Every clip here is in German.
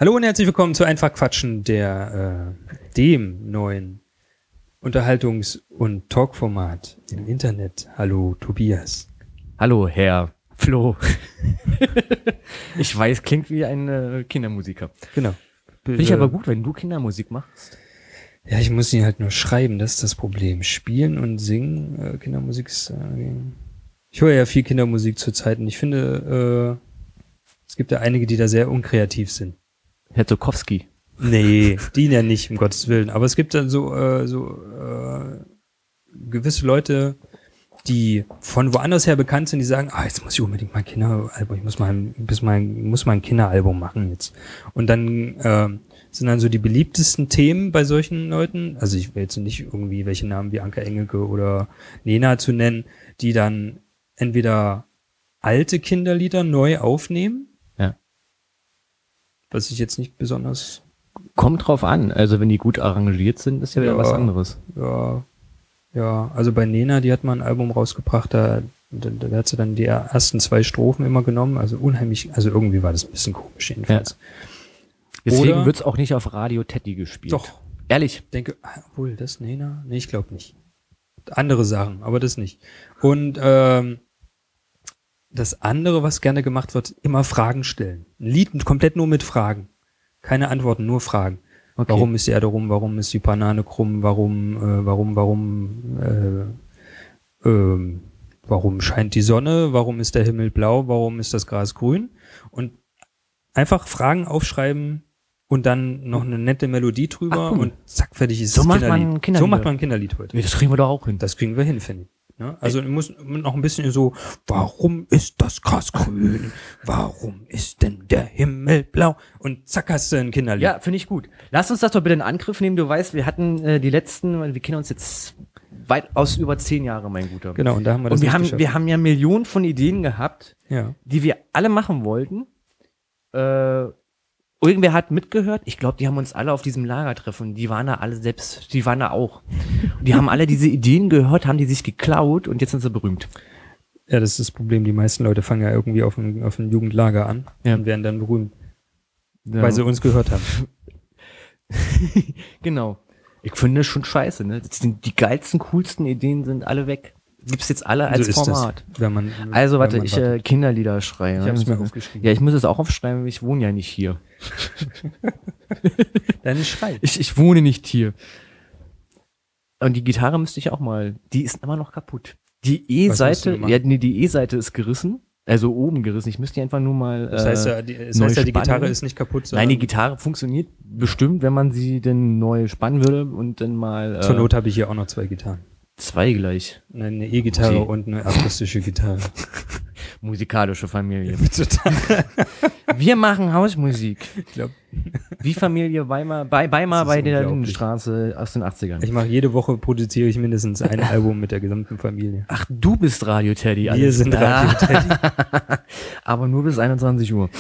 Hallo und herzlich willkommen zu Einfach Quatschen, dem neuen Unterhaltungs- und Talkformat im Internet. Hallo Tobias. Hallo Herr Flo. Ich weiß, klingt wie ein Kindermusiker. Genau. Finde ich aber gut, wenn du Kindermusik machst. Ja, ich muss sie halt nur schreiben, das ist das Problem. Spielen und singen, Kindermusik ist... ich höre ja viel Kindermusik zurzeit und ich finde, es gibt ja einige, die da sehr unkreativ sind. Herr Zukowski. Nee, die ja nicht, um Gottes Willen. Aber es gibt dann so gewisse Leute, die von woanders her bekannt sind, die sagen, jetzt muss ich unbedingt mal ein Kinderalbum, ich muss mal ein Kinderalbum machen jetzt. Und dann sind dann so die beliebtesten Themen bei solchen Leuten, also ich will jetzt nicht irgendwie welche Namen wie Anke Engelke oder Nena zu nennen, die dann entweder alte Kinderlieder neu aufnehmen, Ja. was ich jetzt nicht besonders... Kommt drauf an. Also wenn die gut arrangiert sind, ist ja wieder was anderes. Ja, also bei Nena, die hat mal ein Album rausgebracht, da hat sie dann die ersten 2 Strophen immer genommen, also unheimlich, also irgendwie war das ein bisschen komisch jedenfalls. Ja. Deswegen wird es auch nicht auf Radio Teddy gespielt. Doch. Ehrlich? Ich denke, obwohl, das Nena? Nee, ich glaube nicht. Andere Sachen, aber das nicht. Und das andere, was gerne gemacht wird, immer Fragen stellen. Ein Lied komplett nur mit Fragen. Keine Antworten, nur Fragen. Okay. Warum ist die Erde rum? Warum ist die Banane krumm? Warum scheint die Sonne? Warum ist der Himmel blau? Warum ist das Gras grün? Und einfach Fragen aufschreiben und dann noch eine nette Melodie drüber und zack, fertig ist so das Kinderlied. So macht man ein Kinderlied heute. Das kriegen wir doch auch hin. Das kriegen wir hin, finde ich. Ja, also muss noch ein bisschen so, warum ist das Gras grün? Warum ist denn der Himmel blau? Und zack, hast du ein Kinderlied. Ja, finde ich gut. Lass uns das doch bitte in Angriff nehmen. Du weißt, wir hatten wir kennen uns jetzt weitaus über 10 Jahre, mein Guter. Genau, und da haben wir das Und wir haben ja Millionen von Ideen gehabt, die wir alle machen wollten. Irgendwer hat mitgehört. Ich glaube, die haben uns alle auf diesem Lagertreffen, die waren da alle selbst, die waren da auch. Und die haben alle diese Ideen gehört, haben die sich geklaut und jetzt sind sie berühmt. Ja, das ist das Problem. Die meisten Leute fangen ja irgendwie auf ein Jugendlager an und werden dann berühmt, weil sie uns gehört haben. Genau. Ich finde das schon scheiße, ne? Die geilsten, coolsten Ideen sind alle weg. Gibt's jetzt alle als so Format. Das, Kinderlieder schreie. Ich habe es mir aufgeschrieben. Ja, ich muss es auch aufschreiben, ich wohne ja nicht hier. Dann schrei. Ich wohne nicht hier. Und die Gitarre müsste ich auch mal, die ist immer noch kaputt. Die E-Seite, die E-Seite ist gerissen, also oben gerissen. Ich müsste die einfach nur mal Das heißt ja, die Gitarre ist nicht kaputt. Nein, die Gitarre funktioniert bestimmt, wenn man sie denn neu spannen würde und dann mal... Zur Not habe ich hier auch noch 2 Gitarren. 2 gleich. Eine E-Gitarre und eine akustische Gitarre. Musikalische Familie. Total. Wir machen Hausmusik. Ich glaube. Wie Familie Weimar bei der Lindenstraße aus den 80ern. Ich mache jede Woche, produziere ich mindestens ein Album mit der gesamten Familie. Ach, du bist Radio Teddy. Wir sind Radio Teddy. Aber nur bis 21 Uhr.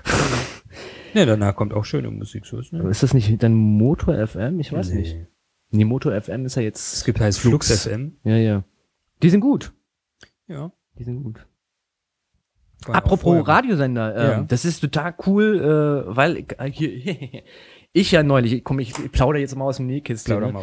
Ja, danach kommt auch schöne Musik. So ist, ne? Ist das nicht dann Motor FM? Ich weiß nicht. Nee, Motor FM ist ja jetzt... Es heißt Flux FM. Ja. Die sind gut. Ja. Die sind gut. Apropos Radiosender, das ist total cool, weil ich ja neulich, ich plaudere jetzt mal aus dem Nähkästchen.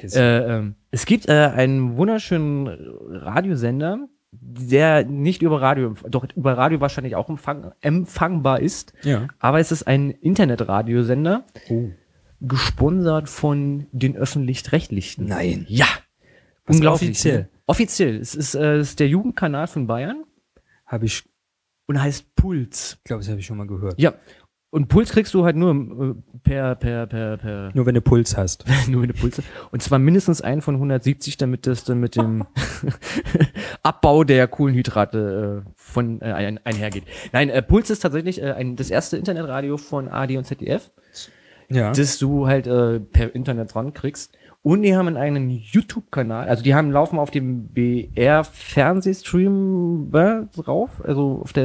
Es gibt einen wunderschönen Radiosender, der nicht über Radio, doch über Radio wahrscheinlich auch empfangbar ist, aber es ist ein Internetradiosender, gesponsert von den Öffentlich-Rechtlichen. Nein. Ja. Unglaublich. Offiziell. Es ist der Jugendkanal von Bayern. Habe ich. Und heißt Puls. Ich glaube, das habe ich schon mal gehört. Ja. Und Puls kriegst du halt nur per. Nur wenn du Puls hast. Nur wenn du Puls hast. Und zwar mindestens einen von 170, damit das dann mit dem Abbau der Kohlenhydrate einhergeht. Nein, Puls ist tatsächlich das erste Internetradio von ARD und ZDF. Ja. Das du halt per Internet dran kriegst. Und die haben einen YouTube-Kanal, also die laufen auf dem BR-Fernsehstream drauf, also auf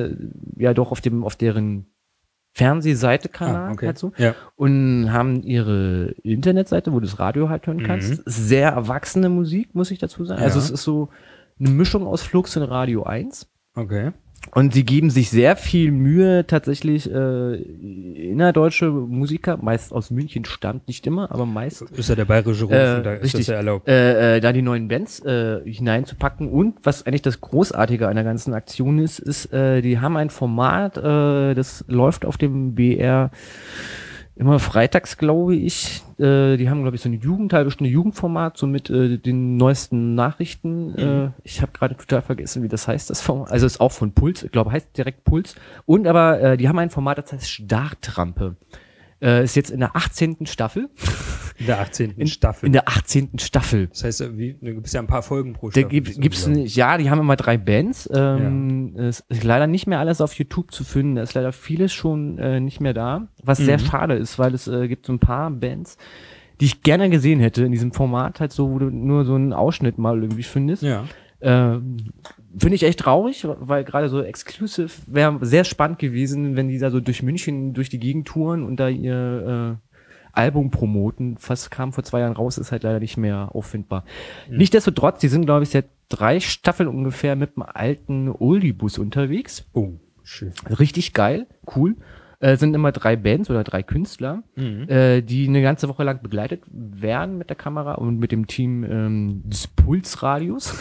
deren Fernsehseite-Kanal halt so. Ja. Und haben ihre Internetseite, wo du das Radio halt hören kannst. Sehr erwachsene Musik, muss ich dazu sagen. Ja. Also es ist so eine Mischung aus Flux und Radio 1. Okay. Und sie geben sich sehr viel Mühe, tatsächlich innerdeutsche Musiker, meist aus München stammt, nicht immer, aber meist. Ist ja der bayerische Rundfunk, da ist das ja erlaubt. Da die neuen Bands hineinzupacken. Und was eigentlich das Großartige an der ganzen Aktion ist, die haben ein Format, das läuft auf dem BR immer freitags, glaube ich. Die haben, glaube ich, so eine halbe Stunde Jugendformat, so mit den neuesten Nachrichten. Ich habe gerade total vergessen, wie das heißt, das Format. Also ist auch von Puls, ich glaube, heißt direkt Puls. Und aber die haben ein Format, das heißt Startrampe. Ist jetzt in der 18. Staffel. In der 18. Staffel. In der 18. Staffel. Das heißt, da gibt es ja ein paar Folgen pro Staffel. Da gibt's nicht, ja, die haben immer 3 Bands. Es ist leider nicht mehr alles auf YouTube zu finden. Da ist leider vieles schon nicht mehr da. Was sehr schade ist, weil es gibt so ein paar Bands, die ich gerne gesehen hätte in diesem Format, halt so, wo du nur so einen Ausschnitt mal irgendwie findest. Ja. Finde ich echt traurig, weil gerade so Exclusive wäre sehr spannend gewesen, wenn die da so durch München durch die Gegend touren und da ihr Album promoten. Was kam vor 2 Jahren raus, ist halt leider nicht mehr auffindbar. Nichtsdestotrotz, die sind, glaube ich, seit 3 Staffeln ungefähr mit einem alten Oldie-Bus unterwegs. Oh, schön. Richtig geil, cool. Sind immer 3 Bands oder 3 Künstler, die eine ganze Woche lang begleitet werden mit der Kamera und mit dem Team des Pulsradios.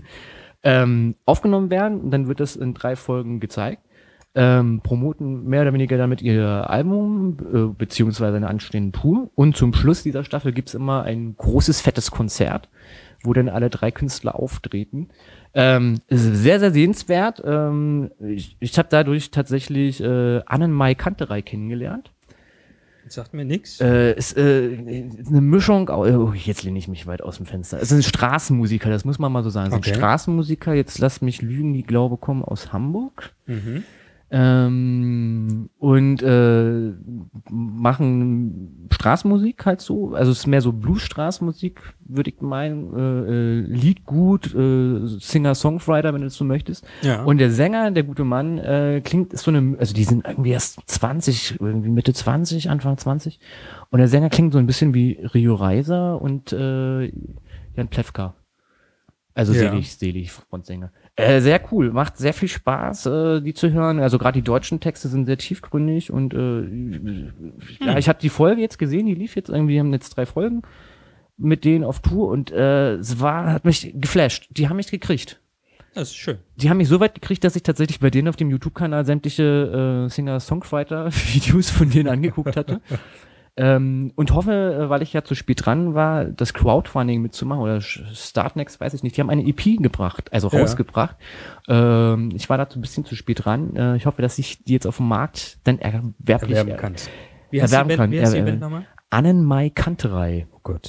Aufgenommen werden und dann wird das in 3 Folgen gezeigt. Promoten mehr oder weniger damit ihr Album beziehungsweise eine anstehende Tour und zum Schluss dieser Staffel gibt's immer ein großes, fettes Konzert, wo dann alle 3 Künstler auftreten. Ist sehr, sehr sehenswert. Ich habe dadurch tatsächlich Annenmai Kanterei kennengelernt. Das sagt mir nix. Ist eine Mischung, jetzt lehne ich mich weit aus dem Fenster. Es ist ein Straßenmusiker, das muss man mal so sagen. Es ist ein Straßenmusiker, jetzt lass mich lügen, die glaube kommen aus Hamburg. Und machen Straßenmusik halt so, also es ist mehr so Blues-Straßenmusik, würde ich meinen, Lied gut, Singer-Songwriter, wenn du das so möchtest. Ja. Und der Sänger, der gute Mann, ist so eine, also die sind irgendwie erst 20, irgendwie Mitte 20, Anfang 20. Und der Sänger klingt so ein bisschen wie Rio Reiser und Jan Plewka. Also selig, Frontsänger. Sehr cool, macht sehr viel Spaß, die zu hören. Also gerade die deutschen Texte sind sehr tiefgründig und ja, ich habe die Folge jetzt gesehen, die lief jetzt irgendwie, haben jetzt 3 Folgen mit denen auf Tour und hat mich geflasht. Die haben mich gekriegt. Das ist schön. Die haben mich so weit gekriegt, dass ich tatsächlich bei denen auf dem YouTube-Kanal sämtliche Singer-Songwriter-Videos von denen angeguckt hatte. Und hoffe, weil ich ja zu spät dran war, das Crowdfunding mitzumachen oder Startnext, weiß ich nicht. Die haben eine EP gebracht, also rausgebracht. Ich war dazu ein bisschen zu spät dran. Ich hoffe, dass ich die jetzt auf dem Markt dann erwerben kann. Wie heißt die Band nochmal? Annenmai Kanterei. Oh Gott.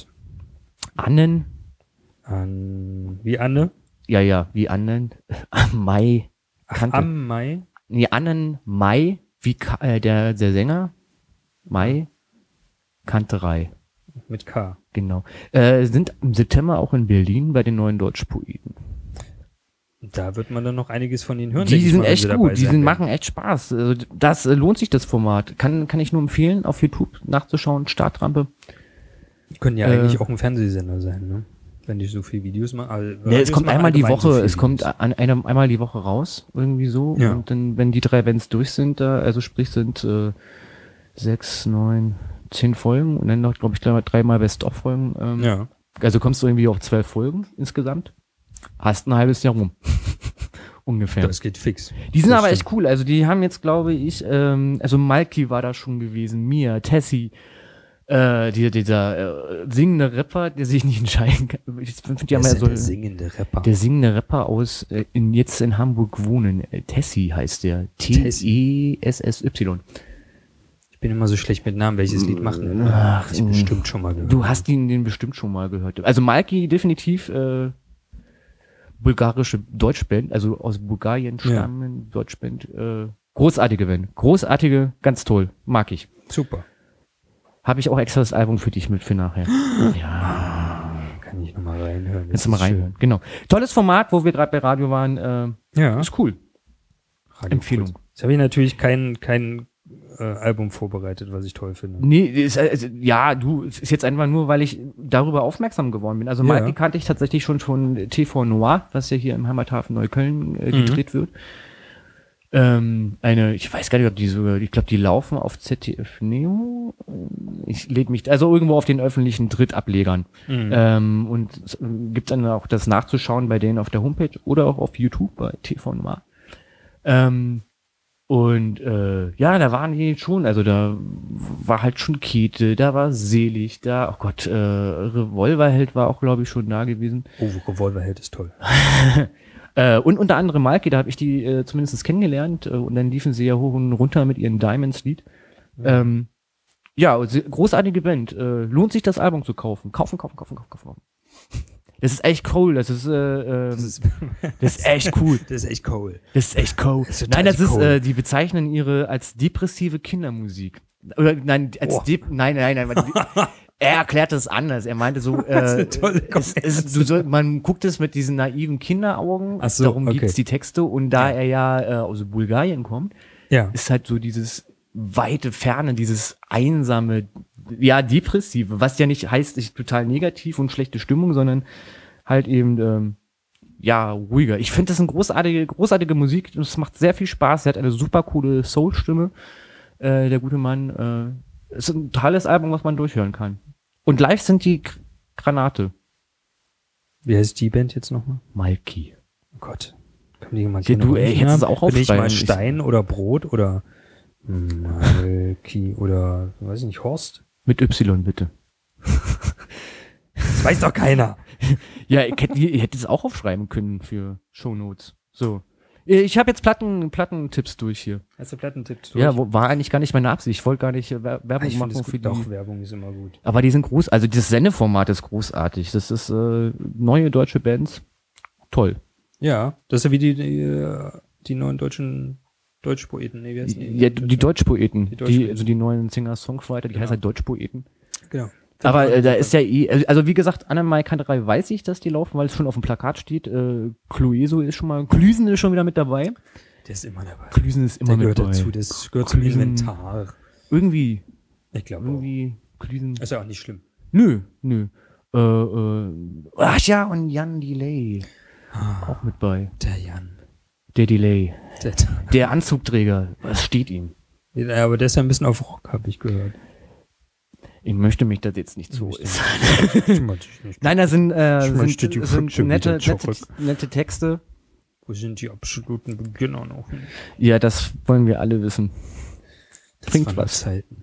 Wie Anne? Ja, wie Annen. Mai. Am Mai? Nee, Annenmai, wie der Sänger. Mai. Kanterei. Mit K. Genau. Sind im September auch in Berlin bei den Neuen Deutschpoeten. Da wird man dann noch einiges von ihnen hören. Die sind echt gut, machen echt Spaß. Also das lohnt sich, das Format. Kann ich nur empfehlen, auf YouTube nachzuschauen. Startrampe. Können ja eigentlich auch ein Fernsehsender sein, ne? Wenn die so viele Videos machen. Also es kommt einmal die Woche, es kommt einmal die Woche raus, irgendwie so. Ja. Und dann, wenn die 3 Bands durch sind, also sprich sind 6, 9, 10 Folgen und dann noch, glaube ich, 3-mal Best-of-Folgen. Also kommst du irgendwie auf 12 Folgen insgesamt. Hast ein halbes Jahr rum. Ungefähr. Das geht fix. Die sind aber echt cool. Also die haben jetzt, glaube ich, also Malky war da schon gewesen, Mia, Tessie, dieser singende Rapper, der sich nicht entscheiden kann. Der singende Rapper. Der singende Rapper aus jetzt in Hamburg wohnen. Tessie heißt der. T-E-S-S-Y. Ich bin immer so schlecht mit Namen, welches Lied macht. Ach, ich bestimmt schon mal gehört. Du hast den bestimmt schon mal gehört. Also Malky definitiv bulgarische Deutschband, also aus Bulgarien stammen, Deutschband. Großartige Band. Großartige, ganz toll. Mag ich. Super. Habe ich auch extra das Album für dich mit für nachher. Ja. Kann ich nochmal reinhören. Kannst du mal reinhören. Genau. Tolles Format, wo wir gerade bei Radio waren. Ist cool. Radio Empfehlung. Cool. Jetzt habe ich natürlich kein Album vorbereitet, was ich toll finde. Nee, ist jetzt einfach nur, weil ich darüber aufmerksam geworden bin. Also Malky kannte ich tatsächlich schon TV Noir, was ja hier im Heimathafen Neukölln gedreht wird. Ich weiß gar nicht, ob die sogar, ich glaube, die laufen auf ZDF Neo. Ich lege mich, also irgendwo auf den öffentlichen Drittablegern. Und gibt dann auch das nachzuschauen bei denen auf der Homepage oder auch auf YouTube bei TV Noir. Da waren die schon, also da war halt schon Käthe, da war Selig, da, oh Gott, Revolverheld war auch, glaube ich, schon da gewesen. Oh, Revolverheld ist toll. Und unter anderem Malki, da habe ich die zumindest kennengelernt und dann liefen sie ja hoch und runter mit ihren Diamonds-Lied. Großartige Band. Lohnt sich das Album zu kaufen. Kaufen. Das ist echt cool. Das ist echt cool. Das ist echt cool. Die bezeichnen ihre als depressive Kindermusik. Oder nein, als nein. Er erklärt das anders. Er meinte so, man guckt es mit diesen naiven Kinderaugen, darum gibt's die Texte. Und da er ja aus Bulgarien kommt, ist halt so dieses weite Ferne, dieses einsame, depressive, was ja nicht heißt, total negativ und schlechte Stimmung, sondern halt eben, ruhiger. Ich finde das eine großartige Musik. Es macht sehr viel Spaß. Er hat eine super coole Soul-Stimme, der gute Mann. Es ist ein tolles Album, was man durchhören kann. Und live sind die Granate. Wie heißt die Band jetzt nochmal? Malki. Oh Gott. Kann die mal du, hättest es auch aufschreiben. Bin ich mal Stein oder Brot oder Malki oder, weiß ich nicht, Horst? Mit Y, bitte. Das weiß doch keiner. Ja, ihr hättet es auch aufschreiben können für Shownotes. So. Ich habe jetzt Plattentipps durch hier. Hast du Plattentipps durch? Ja, war eigentlich gar nicht meine Absicht. Ich wollte gar nicht Werbung machen für die. Doch, Werbung ist immer gut. Aber die sind groß, also das Sendeformat ist großartig. Das ist neue deutsche Bands. Toll. Ja, das ist ja wie die neuen Deutschpoeten. Nee, wie heißen die? Ja, die Deutschpoeten. Die neuen Singer-Songwriter, die heißen halt Deutschpoeten. Genau. Aber da ist ja also wie gesagt, Annemai Kanterei weiß ich, dass die laufen, weil es schon auf dem Plakat steht. Clueso ist Klüsen ist schon wieder mit dabei. Der ist immer dabei. Klüsen ist immer mit dabei. Das gehört zum Inventar. Irgendwie. Ich glaube irgendwie Klüsen. Ist ja auch nicht schlimm. Nö. Ach ja, und Jan Delay. Auch mit bei. Der Jan. Der Delay. Der Anzugträger. Was steht ihm? Ja, aber der ist ja ein bisschen auf Rock, habe ich gehört. Ich möchte mich das jetzt nicht so Nein, da sind nette Texte. Wo sind die absoluten Beginner noch? Ja, das wollen wir alle wissen. Bringt was.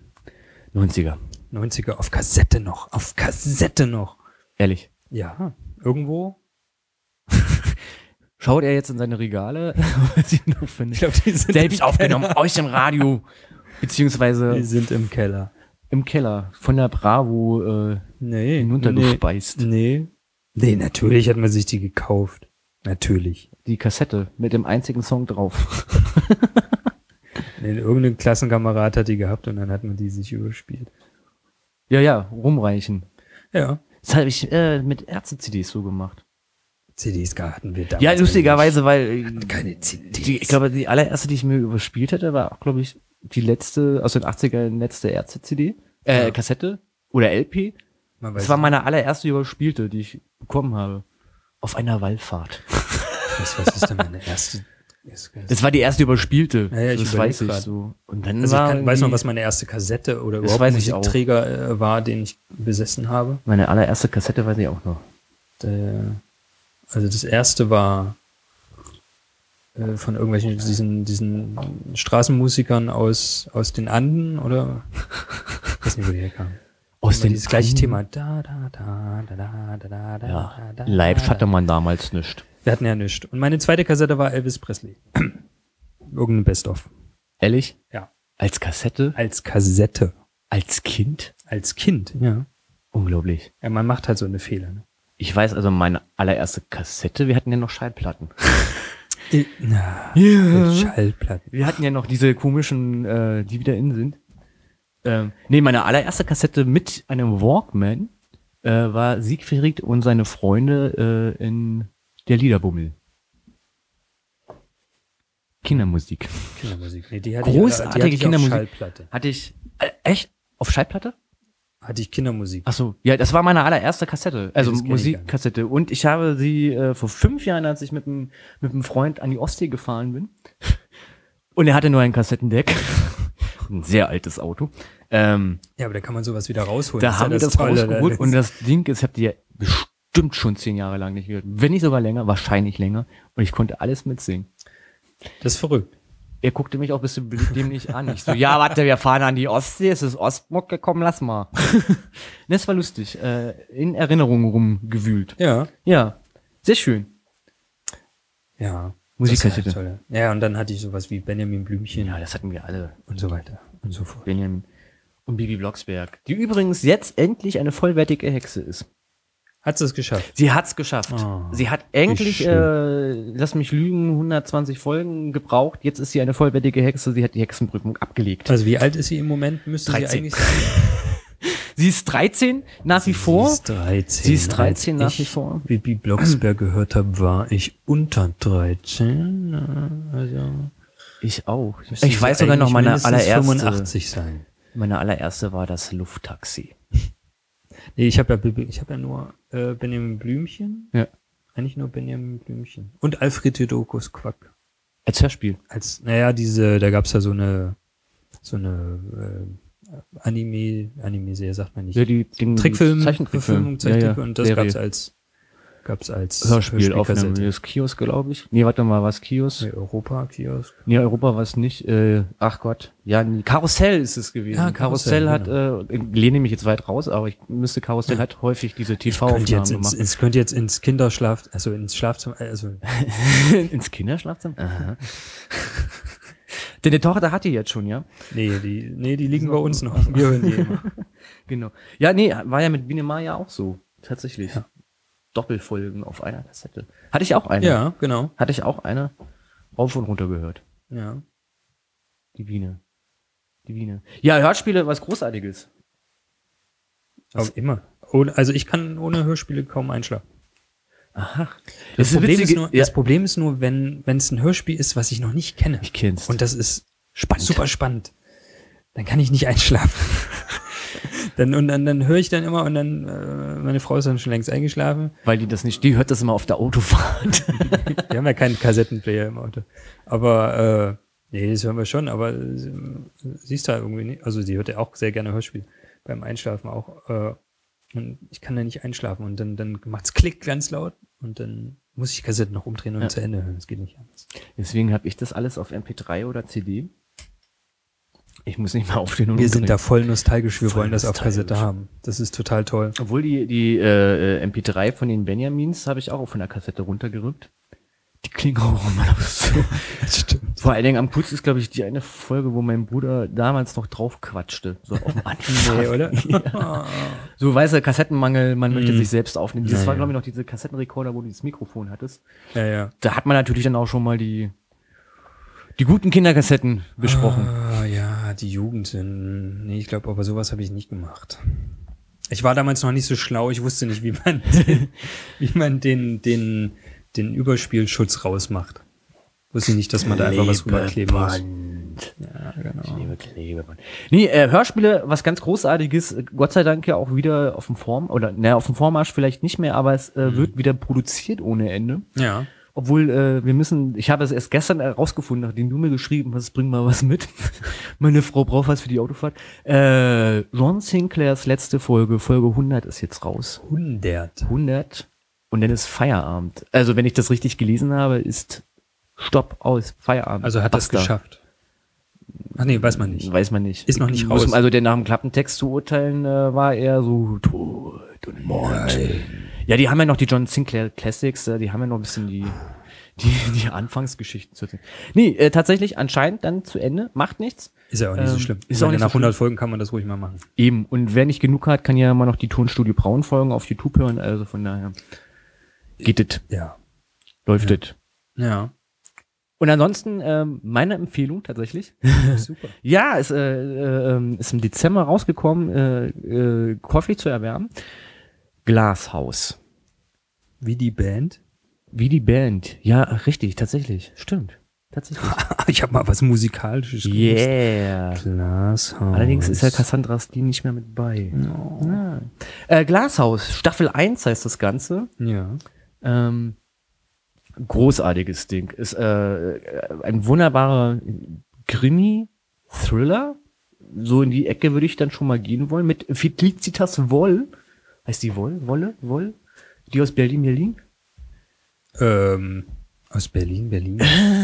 90er auf Kassette noch. Ehrlich? Ja, irgendwo. Schaut er jetzt in seine Regale? Ich glaube, die sind selbst aufgenommen aus dem Radio. Beziehungsweise. Die sind im Keller. Im Keller. Von der Bravo hinuntergespeist. Nee, natürlich hat man sich die gekauft. Natürlich. Die Kassette mit dem einzigen Song drauf. Irgendein Klassenkamerad hat die gehabt und dann hat man die sich überspielt. Ja, rumreichen. Ja. Das habe ich mit Ärzte-CDs so gemacht. CDs hatten wir damals. Ja, lustigerweise, weil keine CDs. Ich glaube, die allererste, die ich mir überspielt hätte, war auch, glaube ich, die letzte, aus den 80ern letzte Ärzte-CD, Kassette oder LP. Das war meine allererste überspielte, die ich bekommen habe. Auf einer Wallfahrt. Was ist denn meine erste? Das war die erste überspielte. Ja, das weiß ich so. Und dann also ich weiß noch, was meine erste Kassette oder überhaupt Musikträger war, den ich besessen habe. Meine allererste Kassette weiß ich auch noch. Also das erste war von irgendwelchen diesen Straßenmusikern aus den Anden oder ich weiß nicht, wo die herkamen. Aus dem dieses gleiche Thema. Live hatte man damals nicht. Wir hatten ja nichts. Und meine zweite Kassette war Elvis Presley. Irgendein Best-of. Ehrlich? Ja. Als Kassette? Als Kassette. Als Kind? Als Kind, ja. Unglaublich. Ja, man macht halt so eine Fehler. Ne? Ich weiß also, meine allererste Kassette, wir hatten ja noch Schallplatten. Schallplatten. Wir hatten ja noch diese komischen, die wieder in sind. Meine allererste Kassette mit einem Walkman war Siegfried und seine Freunde in der Liederbummel. Kindermusik. Nee, die hatte großartige Kindermusik. Auf Schallplatte. Hatte ich, echt? Auf Schallplatte? Hatte ich Kindermusik. Ach so, ja, das war meine allererste Kassette, also Musikkassette. Und ich habe sie vor 5 Jahren, als ich mit einem Freund an die Ostsee gefahren bin Und er hatte nur ein Kassettendeck. Ein sehr altes Auto. Ja, aber da kann man sowas wieder rausholen. Da haben wir das rausgeholt. Und das Ding ist, ich habe die ja bestimmt schon 10 Jahre lang nicht gehört. Wenn nicht sogar länger, wahrscheinlich länger. Und ich konnte alles mitsingen. Das ist verrückt. Er guckte mich auch ein bisschen dämlich an. Ich so, ja, warte, wir fahren an die Ostsee, es ist Ostmucke, komm, lass mal. Das war lustig. In Erinnerungen rumgewühlt. Ja. Ja, sehr schön. Ja. Musikkassette. Toll. Ja, und dann hatte ich sowas wie Benjamin Blümchen. Ja, das hatten wir alle. Und so weiter und so fort. Benjamin und Bibi Blocksberg. Die übrigens jetzt endlich eine vollwertige Hexe ist. Hat sie es geschafft? Sie hat's geschafft. Oh, sie hat endlich, lass mich lügen, 120 Folgen gebraucht. Jetzt ist sie eine vollwertige Hexe. Sie hat die Hexenprüfung abgelegt. Also wie alt ist sie im Moment? Müsste 13. sie eigentlich sein? Sie ist 13 nach wie vor. Sie ist 13 nach wie vor. Wie Bibi Blocksberg gehört habe, war ich unter 13. Also ich auch. Ich weiß sogar noch meine allererste. 85 sein. Meine allererste war das Lufttaxi. Nee, ich habe ja nur Benjamin Blümchen. Ja. Eigentlich nur Benjamin Blümchen. Und Alfred Jodokus Quack. Als Hörspiel. Da gab's ja so eine Anime-Serie, sagt man nicht. Ja, den Trickfilm, Zeichentrickfilm. Zeichentrick, und das Serie. gab's als Hörspiel auf einem Kiosk, glaube ich. Nee, warte mal, was Kiosk? Nee, Europa-Kiosk. Nee, Europa war es nicht. Ach Gott. Ja, Karussell ist es gewesen. Ja, Karussell hat, genau. lehne mich jetzt weit raus, aber ich müsste Karussell hat häufig diese TV-Aufnahmen gemacht. Es könnte jetzt ins ins Schlafzimmer, ins Kinderschlafzimmer? Aha. Denn die Tochter hat die jetzt schon, ja? Nee, die liegen bei uns noch. Wir hören die immer. Genau. Ja, nee, war ja mit Biene Maya auch so. Tatsächlich. Ja. Doppelfolgen auf einer Kassette. Hatte ich auch eine. Ja, genau. Hatte ich auch eine. Rauf und runter gehört. Ja. Die Biene. Ja, Hörspiele, was Großartiges. Aber immer. Also ich kann ohne Hörspiele kaum einschlafen. Aha. Das Problem ist nur, wenn es ein Hörspiel ist, was ich noch nicht kenne. Ich kenn's. Und das ist super spannend. Dann kann ich nicht einschlafen. Dann höre ich dann immer und dann, meine Frau ist dann schon längst eingeschlafen. Weil die hört das immer auf der Autofahrt. Wir haben ja keinen Kassettenplayer im Auto. Aber, nee, das hören wir schon, aber sie ist da irgendwie nicht. Also sie hört ja auch sehr gerne Hörspiel. Beim Einschlafen auch. Und ich kann da nicht einschlafen und dann macht's Klick ganz laut und dann muss ich Kassetten noch umdrehen und zu Ende hören. Das geht nicht anders. Deswegen habe ich das alles auf MP3 oder CD. Ich muss nicht mal aufstehen und wir sind da voll nostalgisch. Wir wollen das auf Kassette haben. Das ist total toll. Obwohl die MP3 von den Benjamins habe ich auch von der Kassette runtergerückt. Die klingen auch immer noch so. Das stimmt. Vor allen Dingen am coolsten ist, glaube ich, die eine Folge, wo mein Bruder damals noch drauf quatschte. So auf dem Anfang. Nee, oder? Ja. So, weißt du, Kassettenmangel, man möchte sich selbst aufnehmen. Das war, glaube ich, noch diese Kassettenrekorder, wo du dieses Mikrofon hattest. Ja. Da hat man natürlich dann auch schon mal die guten Kinderkassetten besprochen. Ja, die Jugend. Nee, ich glaube, aber sowas habe ich nicht gemacht. Ich war damals noch nicht so schlau. Ich wusste nicht, wie man den Überspielschutz rausmacht. Wusste nicht, dass man da einfach was rüberkleben muss. Ja, genau. Klebeband. Nee, Hörspiele, was ganz Großartiges, Gott sei Dank ja auch wieder auf dem Vormarsch vielleicht nicht mehr, aber es wird wieder produziert ohne Ende. Ja. Obwohl, ich habe es erst gestern herausgefunden, nachdem du mir geschrieben hast, bring mal was mit. Meine Frau braucht was für die Autofahrt. Ron Sinclairs letzte Folge 100 ist jetzt raus. 100. Und dann ist Feierabend. Also, wenn ich das richtig gelesen habe, ist Stopp, aus, Feierabend. Also hat das geschafft. Ach nee, weiß man nicht. Ist noch nicht raus. Also, der nach dem Klappentext zu urteilen, war eher so Tod und Mord. Nein. Ja, die haben ja noch die John Sinclair Classics, die haben ja noch ein bisschen die Anfangsgeschichten zu erzählen. Nee, tatsächlich anscheinend dann zu Ende, macht nichts. Ist ja auch nicht so schlimm. Ist auch nicht nach 100 Folgen kann man das ruhig mal machen. Eben, und wer nicht genug hat, kann ja mal noch die Tonstudio Braun Folgen auf YouTube hören, also von daher geht es. Ja. Läuft es. Ja. Und ansonsten meine Empfehlung tatsächlich. Super. Ja, ist im Dezember rausgekommen, käuflich zu erwerben. Glashaus. Wie die Band? Ja, richtig, tatsächlich. Stimmt. Tatsächlich. Ich habe mal was Musikalisches gewusst. Yeah. Glashaus. Allerdings ist ja Cassandra Steen nicht mehr mit bei. No. Ja. Glashaus, Staffel 1 heißt das Ganze. Ja. Großartiges Ding. Ist ein wunderbarer Krimi, Thriller. So in die Ecke würde ich dann schon mal gehen wollen. Mit Felicitas Woll. Heißt die Woll? Die aus Berlin? Aus Berlin.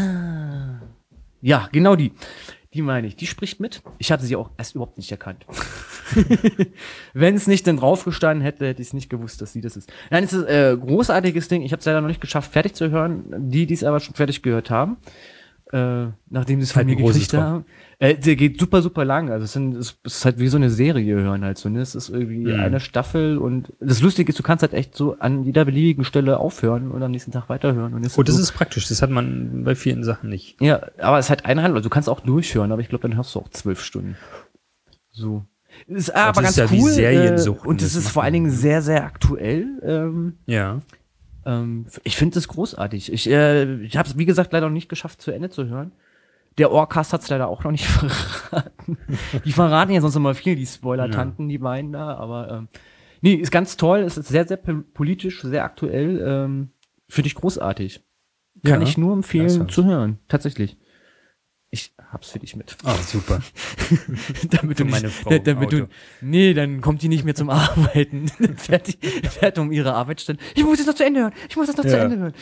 Ja, genau die. Die meine ich. Die spricht mit. Ich hatte sie auch erst überhaupt nicht erkannt. Wenn es nicht denn draufgestanden hätte ich es nicht gewusst, dass sie das ist. Nein, es ist ein großartiges Ding. Ich habe es leider noch nicht geschafft, fertig zu hören. Die es aber schon fertig gehört haben. Nachdem sie es von mir gekriegt haben. Der geht super, super lang. Also es ist halt wie so eine Serie hören halt so. Ne? Es ist irgendwie eine Staffel und das Lustige ist, du kannst halt echt so an jeder beliebigen Stelle aufhören und am nächsten Tag weiterhören. Und das ist praktisch. Das hat man bei vielen Sachen nicht. Ja, aber es ist halt eine Handlung. Also du kannst auch durchhören, aber ich glaube, dann hörst du auch 12 Stunden. So. Ist aber ganz ja cool. Wie Seriensucht. Und es ist vor allen Dingen sehr, sehr aktuell. Ja. Ich finde es großartig. Ich habe es, wie gesagt, leider noch nicht geschafft, zu Ende zu hören. Der Ohrcast hat es leider auch noch nicht verraten. Die verraten ja sonst immer viel, die Spoiler-Tanten, die meinen da. Aber nee, ist ganz toll. Es ist sehr, sehr politisch, sehr aktuell. Finde ich großartig. Kann ich nur empfehlen zu hören. Tatsächlich. Ich hab's für dich mit. Ah, super. damit du meine Frau nee, dann kommt die nicht mehr zum Arbeiten. fährt um ihre Arbeitsstelle. Ich muss das noch zu Ende hören. Zu Ende hören.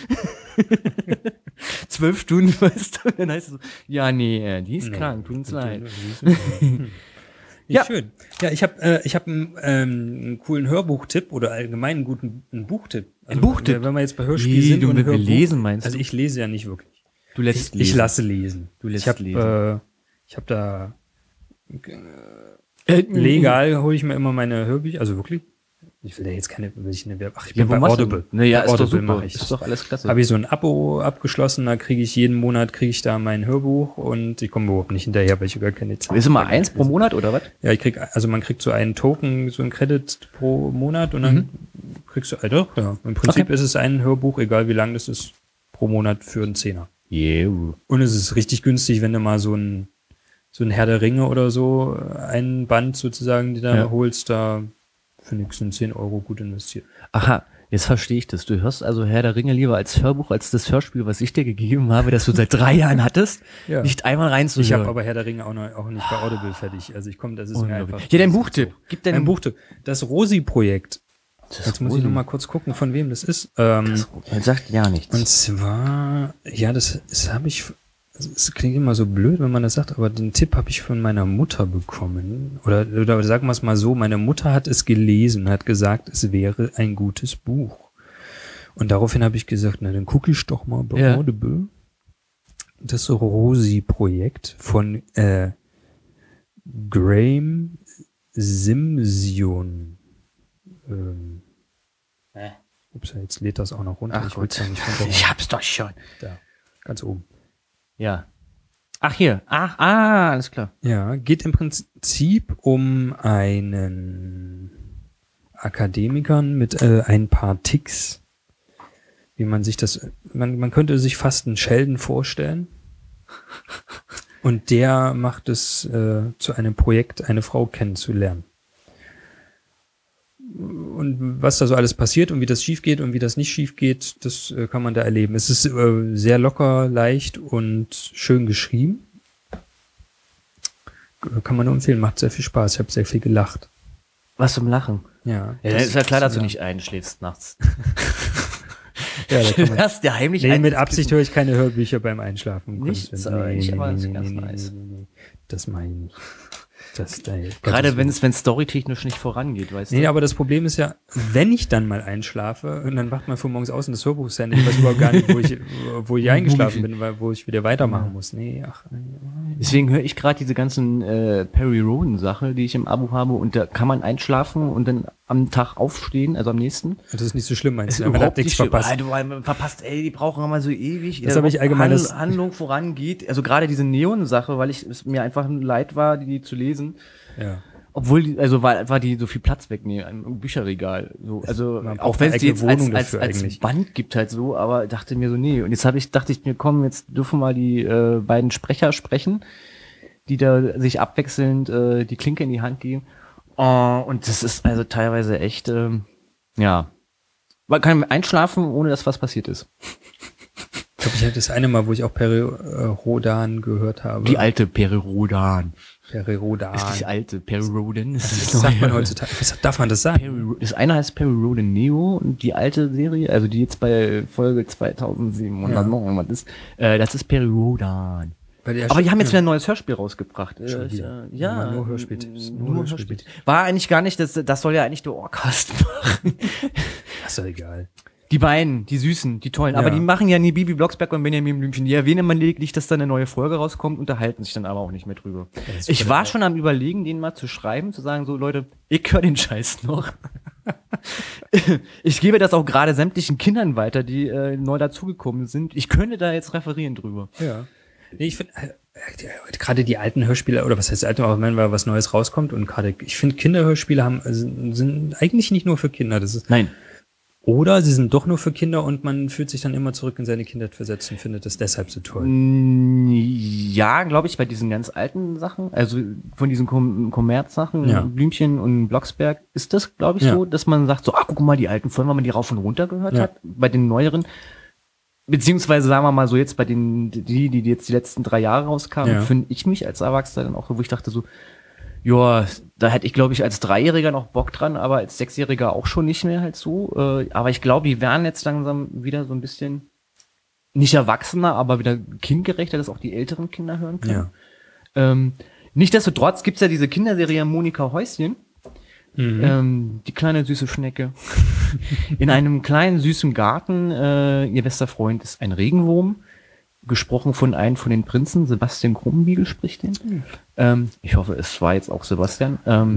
12 Stunden, weißt du. Dann heißt es so, ja, nee, die ist krank, tut uns leid. Ja, schön. Ja, ich hab einen coolen Hörbuchtipp oder allgemein einen guten Buchtipp. Ein Buchtipp? Wenn wir jetzt bei Hörspiel sind und Hörbuch lesen meinst du? Also ich lese ja nicht wirklich. Du lässt lesen. Ich lasse lesen. Ich habe da legal hole ich mir immer meine Hörbücher, also wirklich. Ich will da jetzt keine Werbung. Ach, ich bin bei Audible. Naja, ist Audible doch super. mache ich. Ist doch alles klasse. Habe ich so ein Abo abgeschlossen, da kriege ich jeden Monat da mein Hörbuch und ich komme überhaupt nicht hinterher, weil ich gar keine Zeit habe. Ist immer 1 pro Monat oder was? Ja, man kriegt so einen Token, so einen Credit pro Monat und dann kriegst du, ja. Im Prinzip ist es ein Hörbuch, egal wie lang das ist, pro Monat für einen Zehner. Yeah. Und es ist richtig günstig, wenn du mal so ein Herr der Ringe oder so, einen Band sozusagen, die da holst, da für nix sind 10 € gut investiert. Aha, jetzt verstehe ich das. Du hörst also Herr der Ringe lieber als Hörbuch, als das Hörspiel, was ich dir gegeben habe, das du seit 3 Jahren hattest, nicht einmal reinzuhören. Ich habe aber Herr der Ringe auch nicht bei Audible fertig. Also das ist mir einfach... Ja, dein Buchtipp. Gib deinen Buchtipp. Das Rosi-Projekt. Jetzt muss ich noch mal kurz gucken, von wem das ist. Das sagt ja nichts. Und zwar, ja, das habe ich, es klingt immer so blöd, wenn man das sagt, aber den Tipp habe ich von meiner Mutter bekommen. Oder sagen wir es mal so, meine Mutter hat es gelesen und hat gesagt, es wäre ein gutes Buch. Und daraufhin habe ich gesagt, na, dann gucke ich doch mal bei Audible. Das Rosi-Projekt von Graham Simsion. Ups, jetzt lädt das auch noch runter. Ach gut, ich hab's doch schon. Da, ganz oben. Ja. Ach, hier. Alles klar. Ja, geht im Prinzip um einen Akademiker mit ein paar Ticks. Wie man sich das, man könnte sich fast einen Sheldon vorstellen. Und der macht es zu einem Projekt, eine Frau kennenzulernen. Und was da so alles passiert und wie das schief geht und wie das nicht schief geht, das kann man da erleben. Es ist sehr locker, leicht und schön geschrieben. Kann man nur empfehlen, macht sehr viel Spaß. Ich habe sehr viel gelacht. Was zum Lachen? Ja. Ja, dann ist ja klar, dass du nicht einschläfst nachts. Ja, da kann man, hast ja heimlich mit Absicht höre ich keine Hörbücher beim Einschlafen. Nichts, aber ich aber das ist ganz nice. Das meine ich nicht. Gerade wenn es storytechnisch nicht vorangeht, weißt du? Nee, aber das Problem ist ja, wenn ich dann mal einschlafe und dann wacht man von morgens aus und das Hörbuch ist ich weiß überhaupt gar nicht, wo ich eingeschlafen bin, wo ich wieder weitermachen muss. Nee. Deswegen höre ich gerade diese ganzen Perry Roden Sachen, die ich im Abo habe und da kann man einschlafen und dann am Tag aufstehen, also am nächsten. Das ist nicht so schlimm, meinst du? Man hat nichts verpasst. Du verpasst, die brauchen immer so ewig. Das habe ich allgemein. Handlung vorangeht. Also gerade diese Neon-Sache, weil es mir einfach leid war, die zu lesen. Ja. Obwohl war die so viel Platz wegnehmen im Bücherregal. So, also auch wenn es die jetzt als Band gibt halt so, aber dachte mir so, nee. Und jetzt dachte ich mir, komm, jetzt dürfen mal die beiden Sprecher sprechen, die da sich abwechselnd die Klinke in die Hand geben. Und das ist also teilweise echt, man kann einschlafen, ohne dass was passiert ist. Ich glaube, ich hatte das eine Mal, wo ich auch Peri-Rodan gehört habe. Die alte Peri-Rodan. Peri-Rodan. Ist die alte Peri-Rodan. Das sagt man heutzutage. Darf man das sagen? Das eine heißt Peri-Rodan Neo und die alte Serie, also die jetzt bei Folge 2700 noch irgendwas ist, das ist Peri-Rodan. Aber die haben jetzt wieder ein neues Hörspiel rausgebracht. Ja. Nur Hörspiel. Nur Hörspiel. War eigentlich gar nicht, das soll ja eigentlich der Orcast machen. Das ist doch egal. Die beiden, die Süßen, die Tollen. Ja. Aber die machen ja nie Bibi Blocksberg und Benjamin Blümchen. Die erwähnen immer lediglich, dass da eine neue Folge rauskommt, unterhalten sich dann aber auch nicht mehr drüber. Ich war schon am Überlegen, denen mal zu schreiben, zu sagen, so Leute, ich höre den Scheiß noch. Ich gebe das auch gerade sämtlichen Kindern weiter, die neu dazugekommen sind. Ich könnte da jetzt referieren drüber. Ja. Nee, ich finde, gerade die alten Hörspiele, oder was heißt alte, aber wenn was Neues rauskommt und gerade, ich finde, Kinderhörspiele sind eigentlich nicht nur für Kinder. Das ist, nein. Oder sie sind doch nur für Kinder und man fühlt sich dann immer zurück in seine Kindheit versetzt und findet das deshalb so toll. Ja, glaube ich, bei diesen ganz alten Sachen, also von diesen Kommerzsachen, Blümchen und Blocksberg, ist das, glaube ich, so, dass man sagt so, guck mal, die alten Folgen, wenn man die rauf und runter gehört hat. Bei den neueren, beziehungsweise sagen wir mal so jetzt bei den, die jetzt die letzten 3 Jahre rauskamen, finde ich mich als Erwachsener dann auch, wo ich dachte so, ja, da hätte ich, glaube ich, als 3-Jähriger noch Bock dran, aber als 6-Jähriger auch schon nicht mehr halt so. Aber ich glaube, die werden jetzt langsam wieder so ein bisschen nicht erwachsener, aber wieder kindgerechter, dass auch die älteren Kinder hören können. Ja. Nichtsdestotrotz gibt's ja diese Kinderserie Monika Häuschen. Die kleine süße Schnecke. In einem kleinen süßen Garten, ihr bester Freund ist ein Regenwurm. Gesprochen von einem von den Prinzen, Sebastian Krumbiegel spricht den. Ich hoffe, es war jetzt auch Sebastian.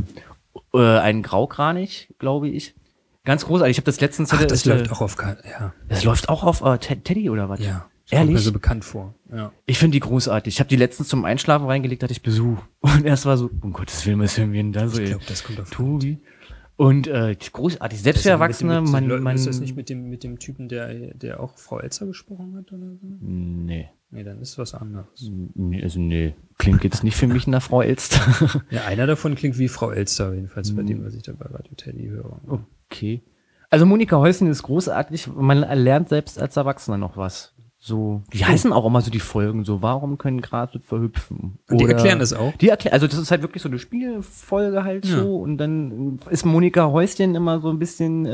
Ein Graukranich, glaube ich. Ganz großartig. Ich habe das letztens... das läuft auch auf... Das läuft auch auf Teddy oder was? Ja. Ehrlich? Kommt mir so bekannt vor. Ja. Ich finde die großartig. Ich habe die letztens zum Einschlafen reingelegt, hatte ich Besuch. Und erst war so, um Gottes Willen, was hören wir denn da so? Ich glaube, das kommt auf Tobi. Und großartig, selbst für Erwachsene, ist das nicht mit dem Typen, der auch Frau Elster gesprochen hat oder so? Nee. Nee, dann ist was anderes. Nee. Klingt jetzt nicht für mich nach Frau Elster. Ja, einer davon klingt wie Frau Elster, jedenfalls bei dem, was ich da bei Radio Teddy höre. Okay. Also Monika Häuschen ist großartig, man lernt selbst als Erwachsener noch was. So, die heißen auch immer so die Folgen, so, warum können Grase verhüpfen? Und die erklären das auch? Also das ist halt wirklich so eine Spielfolge halt so, und dann ist Monika Häuschen immer so ein bisschen,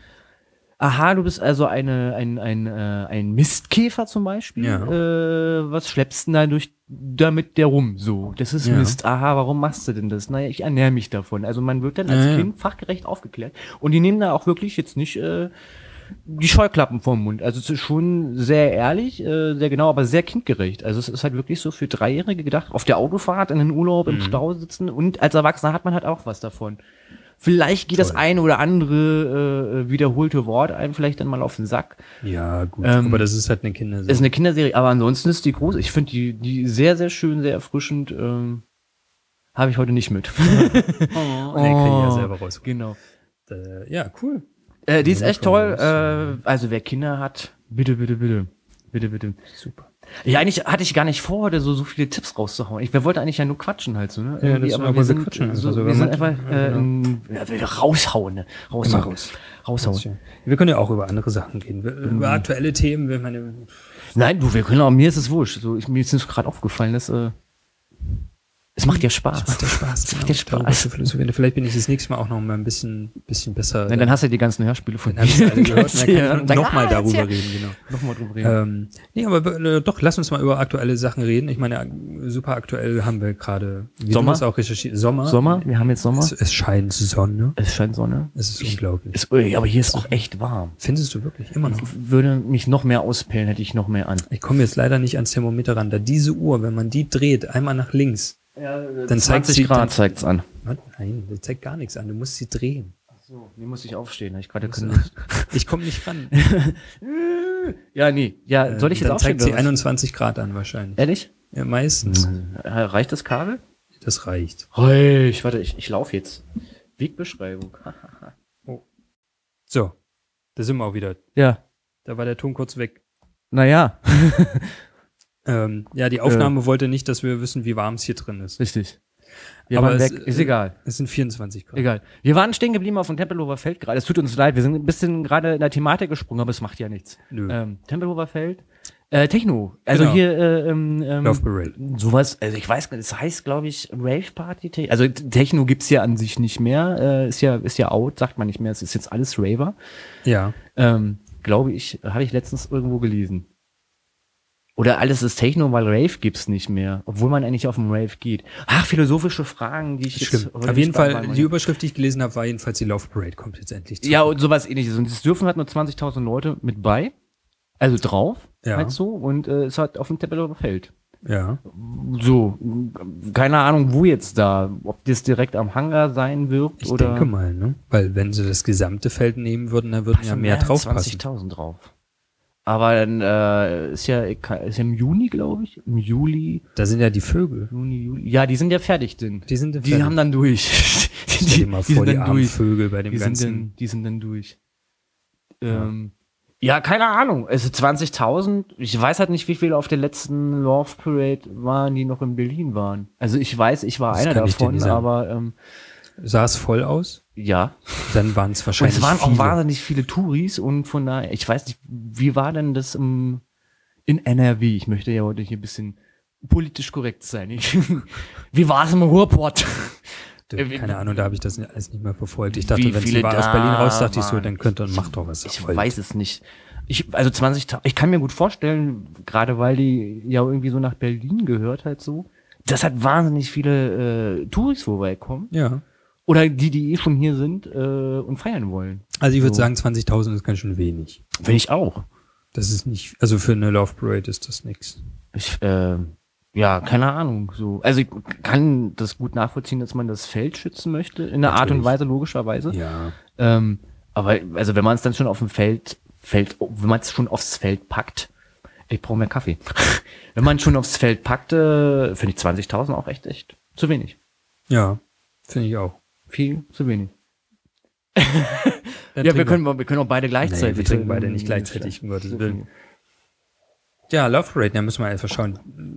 du bist also ein Mistkäfer zum Beispiel, was schleppst du da mit der rum, so, das ist Mist, warum machst du denn das? Naja, ich ernähre mich davon. Also man wird dann als Kind fachgerecht aufgeklärt und die nehmen da auch wirklich jetzt nicht, die Scheuklappen vom Mund. Also es ist schon sehr ehrlich, sehr genau, aber sehr kindgerecht. Also es ist halt wirklich so für 3-Jährige gedacht, auf der Autofahrt, in den Urlaub, im Stau sitzen, und als Erwachsener hat man halt auch was davon. Vielleicht geht das eine oder andere wiederholte Wort einem vielleicht dann mal auf den Sack. Ja, gut, aber das ist halt eine Kinderserie. Das ist eine Kinderserie, aber ansonsten ist die groß. Ich finde die sehr, sehr schön, sehr erfrischend. Habe ich heute nicht mit. Nee, kann ich ja selber raus. Genau. Ja, cool. Die ist echt toll. Also wer Kinder hat, bitte. Super. Ja, eigentlich hatte ich gar nicht vor, heute so viele Tipps rauszuhauen. Wir wollten eigentlich ja nur quatschen halt so, ne? Ja, das aber wir quatschen so, wir sind einfach raushauen, ne? Raushauen. Wir können ja auch über andere Sachen reden. Über aktuelle Themen. Nein, wir können auch, mir ist es wurscht. So, mir ist gerade aufgefallen, dass es macht ja Spaß. Es macht ja Spaß. Vielleicht bin ich das nächste Mal auch noch mal ein bisschen besser. Nein, dann hast du die ganzen Hörspiele von mir gehört. Dann kann ich nochmal darüber reden, genau. Nochmal drüber reden. Nee, aber doch, lass uns mal über aktuelle Sachen reden. Ich meine, super aktuell haben wir gerade Sommer. Auch recherchiert. Sommer, wir haben jetzt Sommer. Es scheint Sonne. Es ist unglaublich. Aber hier ist auch echt warm. Findest du wirklich? Immer noch? Ich würde mich noch mehr auspellen, hätte ich noch mehr an. Ich komme jetzt leider nicht ans Thermometer ran. Da diese Uhr, wenn man die dreht, einmal nach links, dann 20 Grad zeigt's an. Nein, das zeigt gar nichts an. Du musst sie drehen. Ach so, nee, muss ich aufstehen. Ich komme nicht ran. Ja, nee. Ja, soll ich jetzt aufstehen? Dann zeigt sie 21 Grad an wahrscheinlich. Ehrlich? Ja, meistens. Reicht das Kabel? Das reicht. Warte, ich laufe jetzt. Wegbeschreibung. Oh. So, da sind wir auch wieder. Ja. Da war der Ton kurz weg. Naja. Ja, die Aufnahme wollte nicht, dass wir wissen, wie warm es hier drin ist. Richtig. Aber ist egal. Es sind 24 Grad. Egal. Wir waren stehen geblieben auf dem Tempelhofer Feld gerade. Es tut uns leid, wir sind ein bisschen gerade in der Thematik gesprungen, aber es macht ja nichts. Nö. Tempelhofer Feld. Techno. Also Genau. hier Love Parade. sowas, also ich weiß gar nicht, das heißt, glaube ich, Rave Party. Also Techno gibt's ja an sich nicht mehr. Ist ja out, sagt man nicht mehr. Es ist jetzt alles Raver. Ja. Glaube ich, habe ich letztens irgendwo gelesen. Oder alles ist Techno, weil Rave gibt's nicht mehr. Obwohl man eigentlich auf den Rave geht. Ach, philosophische Fragen, die ich Stimmt. Auf jeden Fall, die Überschrift, die ich gelesen habe, war jedenfalls, die Love Parade kommt jetzt endlich zurück. Ja, und sowas ähnliches. Und es dürfen halt nur 20.000 Leute mit bei. Also drauf. Ja. Halt so. Und es hat auf dem Tempelhofer Feld. Ja. So. Keine Ahnung, wo jetzt da. Ob das direkt am Hangar sein wird Ich oder. denke mal, ne? Weil wenn sie das gesamte Feld nehmen würden, dann würden ja mehr draufpassen. 20.000 drauf. Aber dann ist ja im Juni, glaube ich. Im Juli. Da sind ja die Vögel. Juni, Juli. Ja, die sind ja fertig. Die haben dann durch. Stell dir mal vor, die armen Vögel bei dem ganzen. Die sind dann durch. Ja, keine Ahnung. Also 20.000. Ich weiß halt nicht, wie viele auf der letzten Love Parade waren, die noch in Berlin waren. Also ich weiß, ich war einer davon, aber sah es voll aus? Ja. Dann waren es wahrscheinlich viele. Und es waren viele. auch wahnsinnig viele Touris und von daher, ich weiß nicht, wie war denn das in NRW? Ich möchte ja heute hier ein bisschen politisch korrekt sein. Wie war es im Ruhrpott? Keine Ahnung, da habe ich das alles nicht mehr verfolgt. Ich dachte, wenn viele sie war aus Berlin raus, dachte ich so, waren. dann könnt ihr und macht doch was. Ich weiß es nicht. Also 20.000, ich kann mir gut vorstellen, gerade weil die ja irgendwie so nach Berlin gehört halt so, dass halt wahnsinnig viele Touris vorbeikommen. Ja. Oder die schon hier sind und feiern wollen. Also ich würde sagen, 20.000 ist ganz schön wenig. Finde ich auch. Das ist nicht, also für eine Love Parade ist das nix. Ja, keine Ahnung. So. Also ich kann das gut nachvollziehen, dass man das Feld schützen möchte, in einer Art und Weise, logischerweise. Ja. Aber also wenn man es dann schon auf dem wenn man es schon aufs Feld packt, ich brauche mehr Kaffee. Wenn man schon aufs Feld packt, finde ich 20.000 auch echt zu wenig. Ja, finde ich auch. Viel zu wenig. Ja, wir können auch beide gleichzeitig. Nee, wir trinken beide nicht gleichzeitig, um Gottes Willen. Ja, Love Parade, da müssen wir einfach schauen.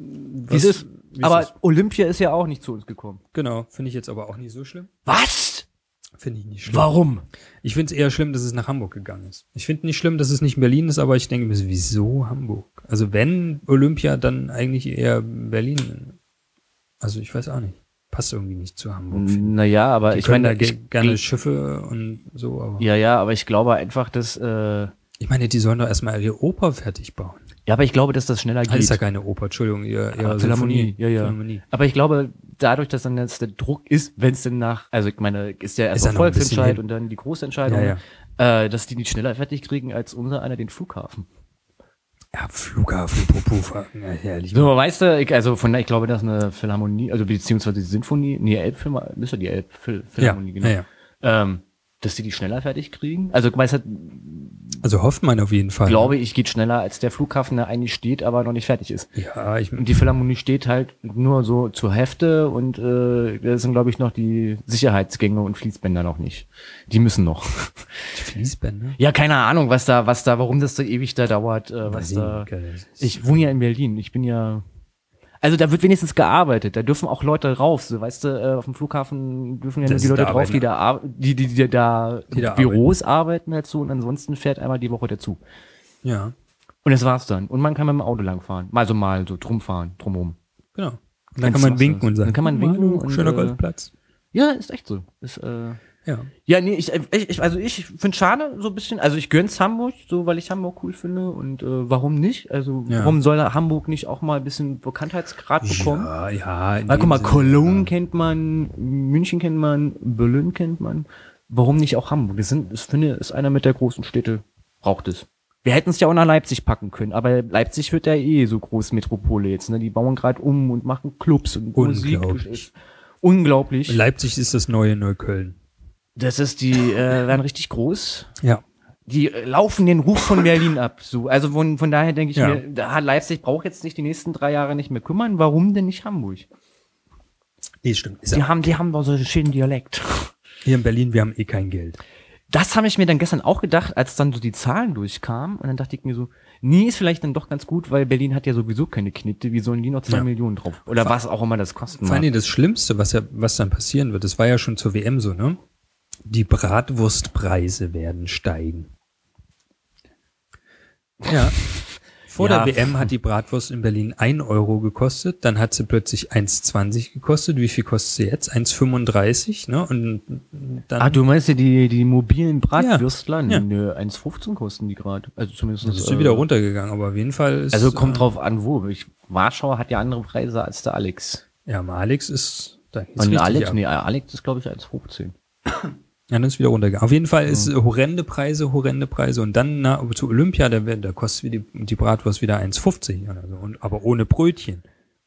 Aber Olympia ist ja auch nicht zu uns gekommen. Genau, finde ich jetzt aber auch nicht so schlimm. Was? Finde ich nicht schlimm. Warum? Ich finde es eher schlimm, dass es nach Hamburg gegangen ist. Ich finde nicht schlimm, dass es nicht in Berlin ist, aber ich denke mir, wieso Hamburg? Also wenn Olympia, dann eigentlich eher Berlin. Also ich weiß auch nicht. Passt irgendwie nicht zu Hamburg. Naja, aber ich meine, gerne Schiffe und so. Aber ja, aber ich glaube einfach, dass ich meine, die sollen doch erstmal ihre Oper fertig bauen. Ja, aber ich glaube, dass das schneller geht. Das ist ja keine Oper, Entschuldigung, ihre Philharmonie. Ja. Philharmonie. Aber ich glaube, dadurch, dass dann jetzt der Druck ist, wenn es denn also ich meine, ist ja erst Volksentscheid und dann die Großentscheidung, dass die nicht schneller fertig kriegen als unser einer den Flughafen. Ja, Flughafen, Popo, ja, herrlich. So, weißt du, ich glaube, dass eine Philharmonie, also beziehungsweise die Sinfonie, müsste die Elbphilharmonie, genau. Ja. Dass die schneller fertig kriegen. Also ich weiß halt, also hofft man auf jeden Fall. Glaube ich, geht schneller, als der Flughafen, der eigentlich steht, aber noch nicht fertig ist. Ja, und die Philharmonie steht halt nur so zur Hälfte und da sind, glaube ich, noch die Sicherheitsgänge und Fließbänder noch nicht. Die müssen noch. Die Fließbänder? Ja, keine Ahnung, warum das so ewig da dauert. Ich wohne ja in Berlin. Ich bin ja. Also da wird wenigstens gearbeitet, da dürfen auch Leute rauf, so, weißt du, auf dem Flughafen dürfen ja nur die Leute drauf, die da Büros arbeiten halt so und ansonsten fährt einmal die Woche der Zug. Ja. Und das war's dann. Und man kann mit dem Auto langfahren, also mal so drumherum. Genau. Und dann kann man winken und sagen, dann kann man winken und schöner Golfplatz. Ja, ist echt so. Ja, nee, ich finde schade, so ein bisschen, also ich gönn's Hamburg, so, weil ich Hamburg cool finde und warum nicht? Also, warum soll Hamburg nicht auch mal ein bisschen Bekanntheitsgrad bekommen? Ja. Weil, guck mal, Cologne kennt man, München kennt man, Berlin kennt man. Warum nicht auch Hamburg? Ich finde, ist einer mit der großen Städte, braucht es. Wir hätten es ja auch nach Leipzig packen können, aber Leipzig wird ja so groß Metropole jetzt, ne? Die bauen gerade um und machen Clubs und Musik. Unglaublich. Leipzig ist das neue Neukölln. Das ist die werden richtig groß. Ja. Die laufen den Ruf von Berlin ab. So, also von daher denke ich mir, Leipzig braucht jetzt nicht die nächsten 3 Jahre nicht mehr kümmern. Warum denn nicht Hamburg? Nee, stimmt. Die haben doch so einen schönen Dialekt. Hier in Berlin, wir haben eh kein Geld. Das habe ich mir dann gestern auch gedacht, als dann so die Zahlen durchkamen. Und dann dachte ich mir so, nee, ist vielleicht dann doch ganz gut, weil Berlin hat ja sowieso keine Knitte. Wie sollen die noch 2 Millionen drauf? Oder was auch immer das kosten mag. Vor allem das Schlimmste, was dann passieren wird, das war ja schon zur WM so, ne? Die Bratwurstpreise werden steigen. Ja. Vor der WM hat die Bratwurst in Berlin 1 Euro gekostet, dann hat sie plötzlich 1,20 gekostet. Wie viel kostet sie jetzt? 1,35, ne? Und dann. Du meinst ja die mobilen Bratwürstler? Ja. Nö, 1,15 kosten die gerade. Also zumindest. Das ist wieder runtergegangen, aber auf jeden Fall ist. Also kommt drauf an, wo. Warschau hat ja andere Preise als der Alex. Ja, aber Alex ist, da geht's richtig ab. Alex ist glaube ich 1,15. Ja, dann ist wieder runtergegangen. Auf jeden Fall ist horrende Preise. Und dann zu Olympia, da kostet die Bratwurst wieder 1,50 oder so. Aber ohne Brötchen.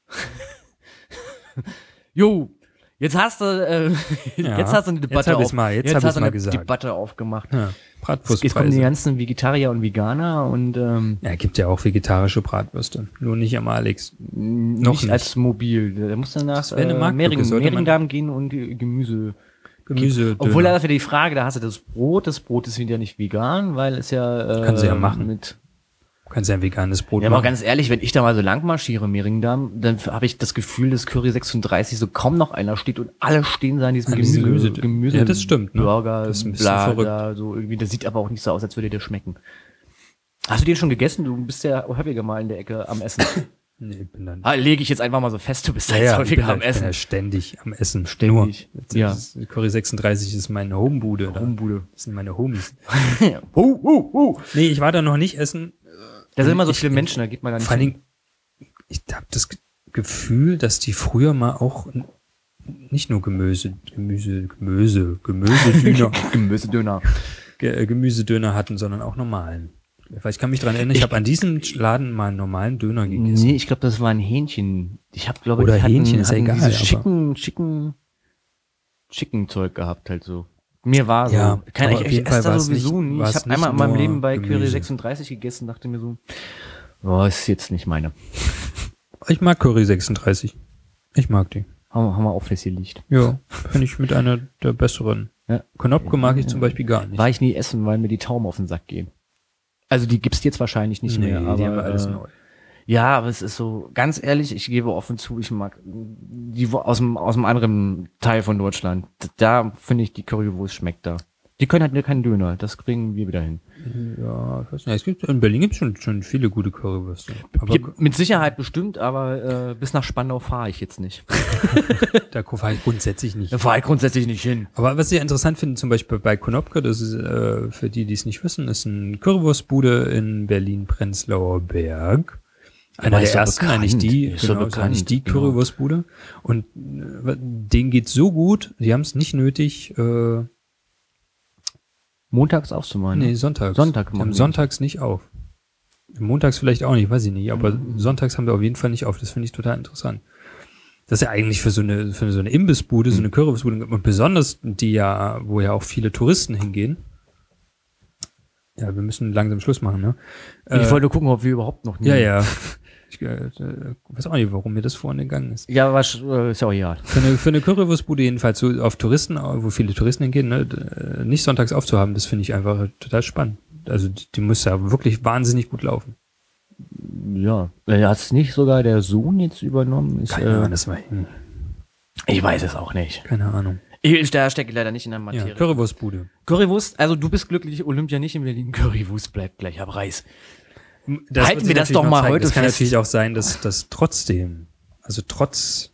Jo, jetzt hast du eine Debatte Debatte aufgemacht. Ja, Bratwurstpreise. Jetzt kommen die ganzen Vegetarier und Veganer und gibt ja auch vegetarische Bratwürste. Nur nicht am Alex. Noch nicht als mobil. Da musst du nach Mehringdamm gehen und Gemüse. Obwohl da für die Frage, da hast du das Brot. Das Brot ist wieder nicht vegan, weil es ja kannst du ja machen. Kannst ja ein veganes Brot machen. Aber ganz ehrlich, wenn ich da mal so lang marschiere, Mehringdamm, dann habe ich das Gefühl, dass Curry 36 so kaum noch einer steht und alle stehen da an diesem Gemüse. Ja, das stimmt. Ne? Burger, das ist ein bisschen verrückt. so irgendwie. Das sieht aber auch nicht so aus, als würde dir schmecken. Hast du den schon gegessen? Du bist ja häufiger mal in der Ecke am Essen. Nee, bin dann. Lege ich jetzt einfach mal so fest, du bist da jetzt häufiger am Essen. Ich bin ja ständig am Essen. Ständig. Curry 36 ist meine Homebude. Das sind meine Homies. Nee, ich war da noch nicht essen. Da sind immer so viele Menschen, da geht man gar nicht. Vor allen Dingen, ich habe das Gefühl, dass die früher mal auch nicht nur Gemüsedöner hatten, sondern auch normalen. Weil ich kann mich dran erinnern, ich habe an diesem Laden mal einen normalen Döner gegessen. Nee, ich glaube, das war ein Hähnchen. Ich habe, glaube ich, Hähnchen ist ja egal. Chicken Zeug gehabt halt so. Mir war so. Ja, ich esse da sowieso nie. Ich habe einmal in meinem Leben bei Curry 36 gegessen, dachte mir so, ist jetzt nicht meine. Ich mag Curry 36. Ich mag die. Haben wir auf, was hier liegt. Ja, finde ich mit einer der besseren. Ja. Konopke mag ich zum Beispiel gar nicht. War ich nie essen, weil mir die Tauben auf den Sack gehen. Also die gibt's jetzt wahrscheinlich nicht mehr, aber die haben alles neu. Ja, aber es ist so, ganz ehrlich, ich gebe offen zu, ich mag die aus dem anderen Teil von Deutschland. Da finde ich, die Currywurst schmeckt da. Die können halt keinen Döner, das kriegen wir wieder hin. Ja, ich weiß nicht. In Berlin gibt's schon viele gute Currywürste. Mit Sicherheit bestimmt, aber bis nach Spandau fahre ich jetzt nicht. Da fahre ich grundsätzlich nicht. Da fahre ich grundsätzlich nicht hin. Aber was ich interessant finde, zum Beispiel bei Konopke, das ist für die es nicht wissen, ist eine Currywurstbude in Berlin-Prenzlauer Berg. Einer der ersten, eigentlich die Currywurstbude. Und denen geht's so gut, die haben es nicht nötig, montags aufzumachen? Nee, sonntags. Die haben sonntags nicht auf. Montags vielleicht auch nicht, weiß ich nicht, aber sonntags haben wir auf jeden Fall nicht auf. Das finde ich total interessant. Das ist ja eigentlich für so eine Imbissbude, so eine Currywurstbude, und besonders wo ja auch viele Touristen hingehen. Ja, wir müssen langsam Schluss machen, ne? Ich wollte gucken, ob wir überhaupt noch nie. Ja. Ich weiß auch nicht, warum mir das vorhin gegangen ist. Ja, aber ist ja auch egal. Für eine Currywurstbude jedenfalls so auf Touristen, wo viele Touristen hingehen, ne, nicht sonntags aufzuhaben, das finde ich einfach total spannend. Also die muss ja wirklich wahnsinnig gut laufen. Ja, hat es nicht sogar der Sohn jetzt übernommen? Keine Ahnung, das war ich weiß es auch nicht. Keine Ahnung. Da stecke ich leider nicht in der Materie. Ja, Currywurstbude. Currywurst, also du bist glücklich, Olympia nicht in Berlin, Currywurst bleibt gleich am Reis. Halten wir das doch mal heute fest. Es kann natürlich auch sein, dass das trotzdem, also trotz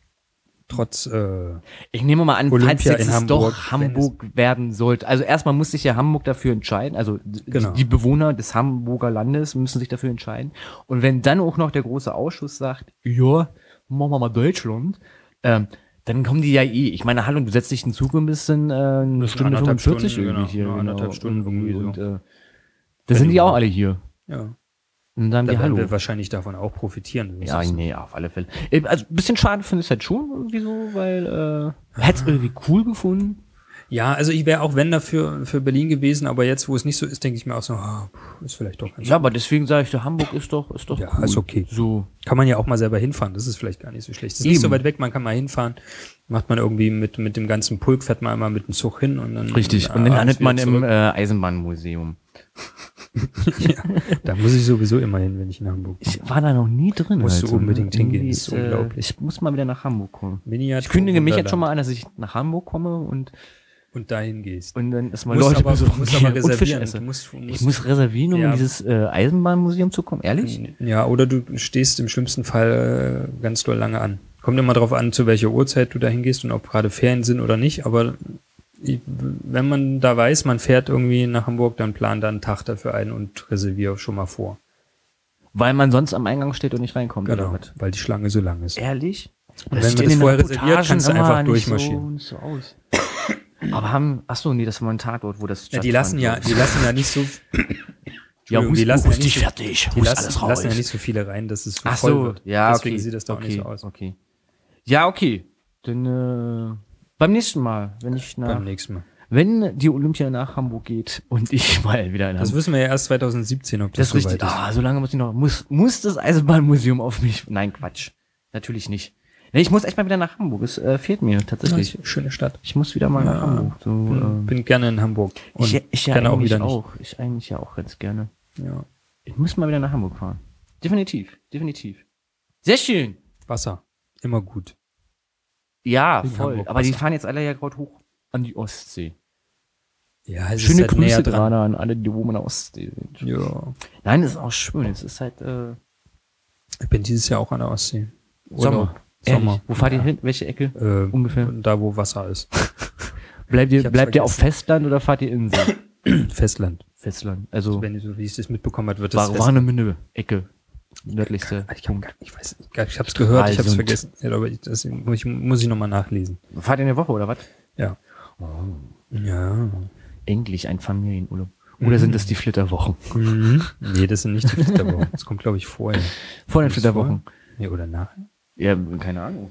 ich nehme mal an, Olympia falls jetzt doch Hamburg werden sollte. Also erstmal muss sich ja Hamburg dafür entscheiden, also die Bewohner des Hamburger Landes müssen sich dafür entscheiden. Und wenn dann auch noch der große Ausschuss sagt, ja, machen wir mal Deutschland, dann kommen die ja Ich meine, hallo, du setzt dich in den Zug ein bisschen eine Stunde 45 irgendwie hier. Anderthalb Stunden irgendwie so. Und da sind die auch alle hier. Ja. Und dann da werden wir wahrscheinlich davon auch profitieren. Ja, nee, auf alle Fälle. Also ein bisschen schade finde ich es halt schon irgendwie so, weil hätte es irgendwie cool gefunden. Ja, also ich wäre auch wenn dafür für Berlin gewesen, aber jetzt, wo es nicht so ist, denke ich mir auch so, ist vielleicht doch ganz Ja, aber deswegen sage ich, Hamburg ist doch ja, cool. Ist okay. So. Kann man ja auch mal selber hinfahren, das ist vielleicht gar nicht so schlecht. Das ist nicht so weit weg, man kann mal hinfahren, macht man irgendwie mit dem ganzen Pulk, fährt man einmal mit dem Zug hin und dann... Richtig, und dann landet man im Eisenbahnmuseum. Ja, da muss ich sowieso immer hin, wenn ich in Hamburg bin. Ich war da noch nie drin. Musst du unbedingt hingehen, das ist unglaublich. Ich muss mal wieder nach Hamburg kommen. Ich kündige mich jetzt schon mal an, dass ich nach Hamburg komme und Und dahin gehst. Und dann erstmal Leute besuchen. Du musst aber und Fisch reservieren. essen. Ich muss reservieren, um in dieses Eisenbahnmuseum zu kommen, ehrlich? Ja, oder du stehst im schlimmsten Fall ganz doll lange an. Kommt immer drauf an, zu welcher Uhrzeit du dahin gehst und ob gerade Ferien sind oder nicht, aber wenn man da weiß, man fährt irgendwie nach Hamburg, dann plan da einen Tag dafür ein und reserviere schon mal vor. Weil man sonst am Eingang steht und nicht reinkommt. Genau, oder was? weil die Schlange so lang ist. Ehrlich? Und wenn man das vorher reserviert, kannst du einfach durchmarschieren. Nicht so aus. Aber nee, das war ein Tatort, wo das die lassen ja nicht so... Ja, die lassen ja nicht fertig. Die lassen ja nicht so viele rein, dass es so voll wird. Ja, deswegen sieht das doch nicht so aus. Okay. Ja, okay. Dann beim nächsten Mal, wenn die Olympia nach Hamburg geht und ich mal wieder in Hamburg. Das wissen wir ja erst 2017, ob das so weit ist. So lange muss das Eisenbahnmuseum auf mich. Nein, Quatsch. Natürlich nicht. Nee, ich muss echt mal wieder nach Hamburg. Es fehlt mir tatsächlich. Ja, schöne Stadt. Ich muss wieder mal nach Hamburg. Bin gerne in Hamburg. Und ich ja auch wieder nicht. Ich eigentlich ja auch ganz gerne. Ja. Ich muss mal wieder nach Hamburg fahren. Definitiv. Sehr schön. Wasser. Immer gut. Ja, voll. Aber die fahren jetzt alle ja gerade hoch an die Ostsee. Ja, es schöne ist halt Grüße gerade an alle, die oben an der Ostsee sind. Ja. Nein, ist auch schön. Es ist halt. Ich bin dieses Jahr auch an der Ostsee. Sommer. Wo fahrt ihr hin? Welche Ecke? Ungefähr? Da, wo Wasser ist. Bleibt ihr auf Festland oder fahrt ihr Insel? Festland. Also wie ich das mitbekommen habe, wird das Warnemünde Ecke. Nördlichste. Ich weiß nicht. Ich hab's gehört, ich hab's vergessen. Ja, aber das muss ich nochmal nachlesen. Fahrt ihr eine Woche oder was? Ja. Oh. Ja. Endlich ein Familienurlaub. Oder sind das die Flitterwochen? Nee, das sind nicht die Flitterwochen. Das kommt, glaube ich, vorher. Vor den Flitterwochen. Nee, oder nachher? Ja, keine Ahnung.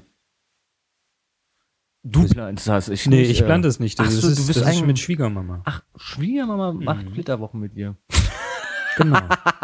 Du planst das. Ich plane das nicht. Das ist mit Schwiegermama. Ach, Schwiegermama macht Flitterwochen mit dir. Genau.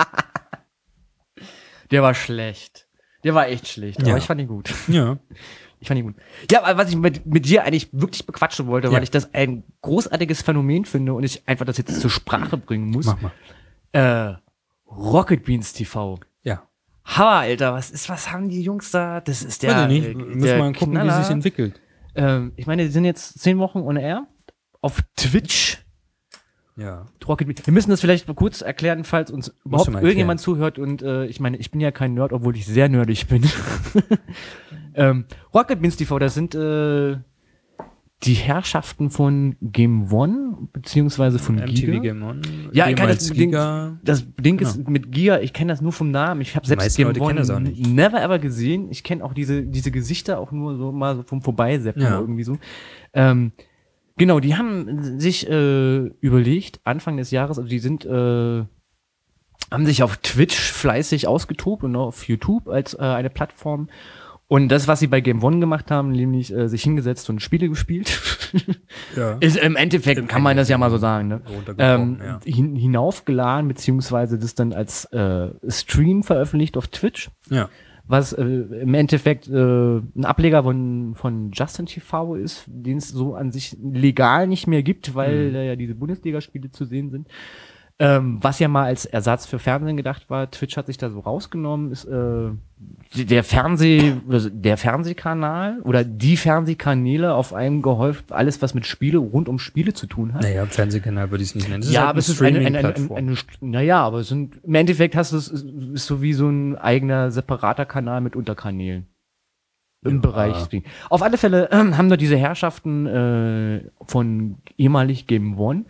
Der war schlecht. Der war echt schlecht. Aber ich fand ihn gut. Ja. Ja, aber was ich mit dir eigentlich wirklich bequatschen wollte, weil ich das ein großartiges Phänomen finde und ich einfach das jetzt zur Sprache bringen muss. Mach mal. Rocket Beans TV. Ja. Hammer, Alter. Was haben die Jungs da? Das ist der. Weiß ich nicht. Müssen mal gucken, wie sich entwickelt. Ich meine, die sind jetzt 10 Wochen on air auf Twitch. Ja. Rocket Beans. Wir müssen das vielleicht mal kurz erklären, falls uns überhaupt irgendjemand zuhört. Und ich meine, ich bin ja kein Nerd, obwohl ich sehr nerdig bin. Rocket Beans TV, das sind die Herrschaften von Game One, beziehungsweise von MTV Giga. Game One. Ja, ich kann das Ding genau. ist mit Giga, ich kenne das nur vom Namen. Ich habe selbst Game One never ever gesehen. Ich kenne auch diese Gesichter auch nur so mal so vom Vorbeiseppen irgendwie so. Genau, die haben sich überlegt, Anfang des Jahres, also die sind haben sich auf Twitch fleißig ausgetobt und auf YouTube als eine Plattform. Und das, was sie bei Game One gemacht haben, nämlich sich hingesetzt und Spiele gespielt, ist im Endeffekt, kann man das ja mal so sagen, ne? Hinaufgeladen, beziehungsweise das dann als Stream veröffentlicht auf Twitch. Ja. Was im Endeffekt ein Ableger von Justin TV ist, den es so an sich legal nicht mehr gibt, weil da ja diese Bundesligaspiele zu sehen sind. Was ja mal als Ersatz für Fernsehen gedacht war. Twitch hat sich da so rausgenommen, ist der Fernsehkanal oder die Fernsehkanäle auf einem gehäuft, alles was mit Spiele, rund um Spiele zu tun hat. Naja, Fernsehkanal würde ich es nicht nennen. Das ja, ist aber es ist aber im Endeffekt ist so wie so ein eigener separater Kanal mit Unterkanälen. Im Bereich Stream. Auf alle Fälle haben da diese Herrschaften von ehemalig Game One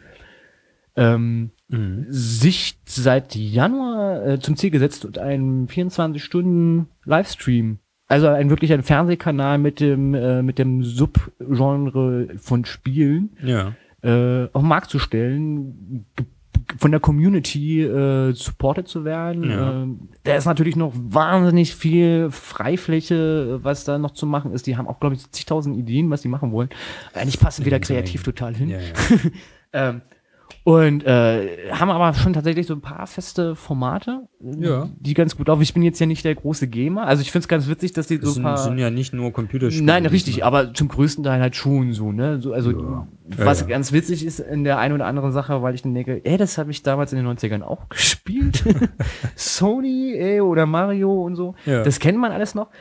sich seit Januar zum Ziel gesetzt und einen 24-Stunden-Livestream, also ein Fernsehkanal mit dem Subgenre von Spielen auf den Markt zu stellen, von der Community supported zu werden. Da ist natürlich noch wahnsinnig viel Freifläche, was da noch zu machen ist. Die haben auch, glaube ich, zigtausend Ideen, was die machen wollen. Eigentlich passen wieder kreativ total hin. Ja. Und haben aber schon tatsächlich so ein paar feste Formate, die ganz gut laufen. Ich bin jetzt ja nicht der große Gamer, also ich finde es ganz witzig, dass die so ein paar... sind ja nicht nur Computerspiele. Nein, richtig, aber zum größten Teil halt schon so, ne? So, also was ganz witzig ist in der einen oder anderen Sache, weil ich dann denke, das habe ich damals in den 90ern auch gespielt. Sony, oder Mario und so. Ja. Das kennt man alles noch.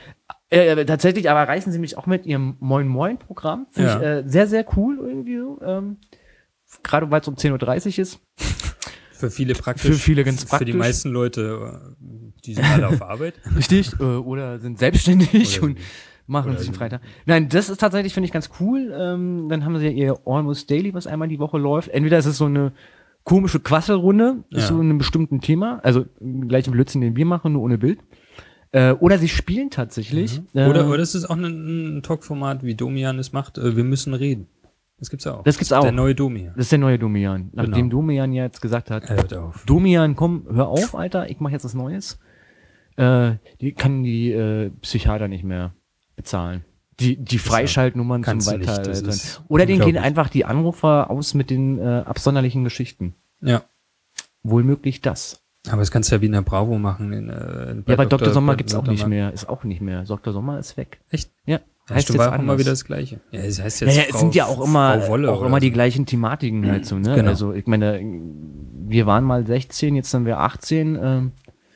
Tatsächlich, aber reißen sie mich auch mit ihrem Moin Moin Programm. Finde ich sehr, sehr cool irgendwie so. Gerade weil es um 10:30 Uhr ist. Für viele praktisch. Für viele ganz praktisch. Für die meisten Leute, die sind alle auf Arbeit. Richtig, oder sind selbstständig und machen sich einen Freitag. Nein, das ist tatsächlich, finde ich, ganz cool. Dann haben sie ja ihr Almost Daily, was einmal die Woche läuft. Entweder ist es so eine komische Quasselrunde, ist so in einem bestimmten Thema, also gleichen Blödsinn, den wir machen, nur ohne Bild. Oder sie spielen tatsächlich. Oder es ist auch ein Talkformat, wie Domian es macht. Wir müssen reden. Das gibt's auch. Das gibt's auch. Der neue Domian. Das ist der neue Domian. Nachdem Domian ja jetzt gesagt hat, Domian, komm, hör auf, Alter, ich mache jetzt was Neues. Die kann die Psychiater nicht mehr bezahlen. Die Freischaltnummern zum Weiterleitern. Oder denen gehen einfach die Anrufer aus mit den absonderlichen Geschichten. Ja. Wohl möglich das. Aber das kannst du ja wie in der Bravo machen. Aber Dr. Sommer gibt's auch nicht mehr. Ist auch nicht mehr. Dr. Sommer ist weg. Echt? Ja. Heißt jetzt war auch immer wieder das Gleiche. Ja, es heißt jetzt es sind ja auch immer die gleichen Thematiken halt so, ne? Genau. Also ich meine, wir waren mal 16, jetzt sind wir 18.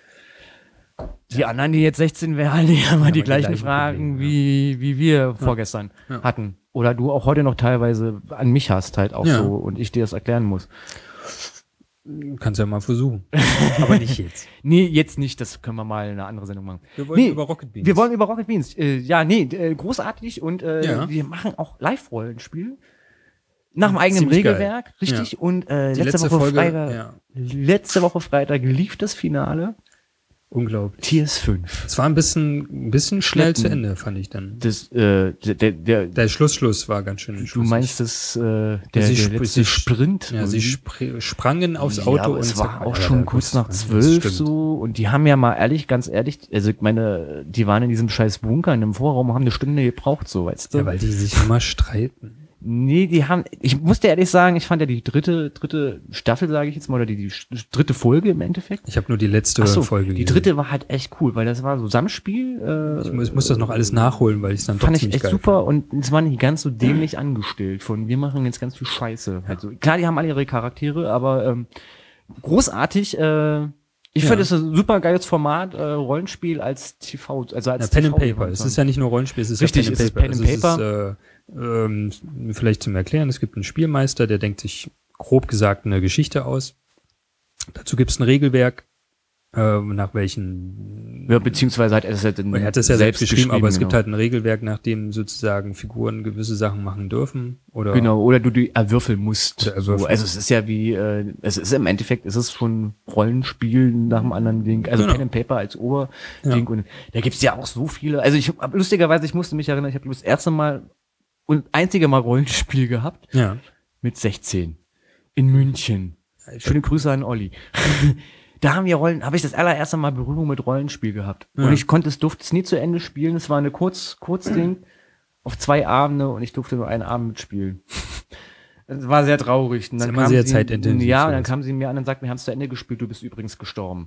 Die anderen, die jetzt 16 wären, die haben die gleichen Fragen, wie wir vorgestern hatten. Oder du auch heute noch teilweise an mich hast halt auch so und ich dir das erklären muss. Kannst ja mal versuchen. Aber nicht jetzt. Nee, jetzt nicht. Das können wir mal in einer anderen Sendung machen. Wir wollen über Rocket Beans. Wir wollen über Rocket Beans. Großartig und wir machen auch Live-Rollenspiel. Nach dem eigenen Regelwerk. Geil. Richtig. Ja. Und letzte Woche Freitag lief das Finale. Unglaublich. TS5. Es war ein bisschen schnell zu Ende, fand ich dann. Der Schluss war ganz schön. Du meinst das, der letzte Sprint? Ja, sie sprangen aufs Auto. Aber es war auch schon kurz nach 12 so. Und die haben ja mal ganz ehrlich, also ich meine, die waren in diesem scheiß Bunker in dem Vorraum, haben eine Stunde gebraucht, so, weißt du? Ja, weil die sich immer streiten. Nee, ich muss dir ehrlich sagen, ich fand ja die dritte Staffel, sage ich jetzt mal, oder die dritte Folge im Endeffekt. Ich habe nur die letzte Folge gesehen. Die dritte war halt echt cool, weil das war so Zusammenspiel. Ich muss das noch alles nachholen, weil ich es dann doch ziemlich geil fand. Ich echt super und es war nicht ganz so dämlich angestellt von, wir machen jetzt ganz viel Scheiße. Halt so. Klar, die haben alle ihre Charaktere, aber großartig, ich finde, es ist ein super geiles Format, Rollenspiel als TV, also als Pen and Paper. Es ist ja nicht nur Rollenspiel, es ist richtig, ja Pen and Paper. Vielleicht zum Erklären, es gibt einen Spielmeister, der denkt sich grob gesagt eine Geschichte aus. Dazu gibt es ein Regelwerk, nach welchen... Ja, beziehungsweise er hat es ja selbst geschrieben, aber es gibt halt ein Regelwerk, nach dem sozusagen Figuren gewisse Sachen machen dürfen. Oder du die erwürfeln musst. So. Also es ist ja wie, es ist im Endeffekt, es ist schon Rollenspiel nach dem anderen Ding, also Pen and Paper als Oberding und da gibt's ja auch so viele, also lustigerweise, ich musste mich erinnern, ich habe das erste Mal und einzige Mal Rollenspiel gehabt. Ja. Mit 16. In München. Schöne Grüße an Olli. Da habe ich das allererste Mal Berührung mit Rollenspiel gehabt. Ja. Und ich durfte es nie zu Ende spielen. Es war eine Kurzding auf 2 Abende und ich durfte nur einen Abend mitspielen. Es war sehr traurig. Und dann kam sehr zeitintensiv. Ja, und dann kam sie mir an und sagte, wir haben es zu Ende gespielt, du bist übrigens gestorben.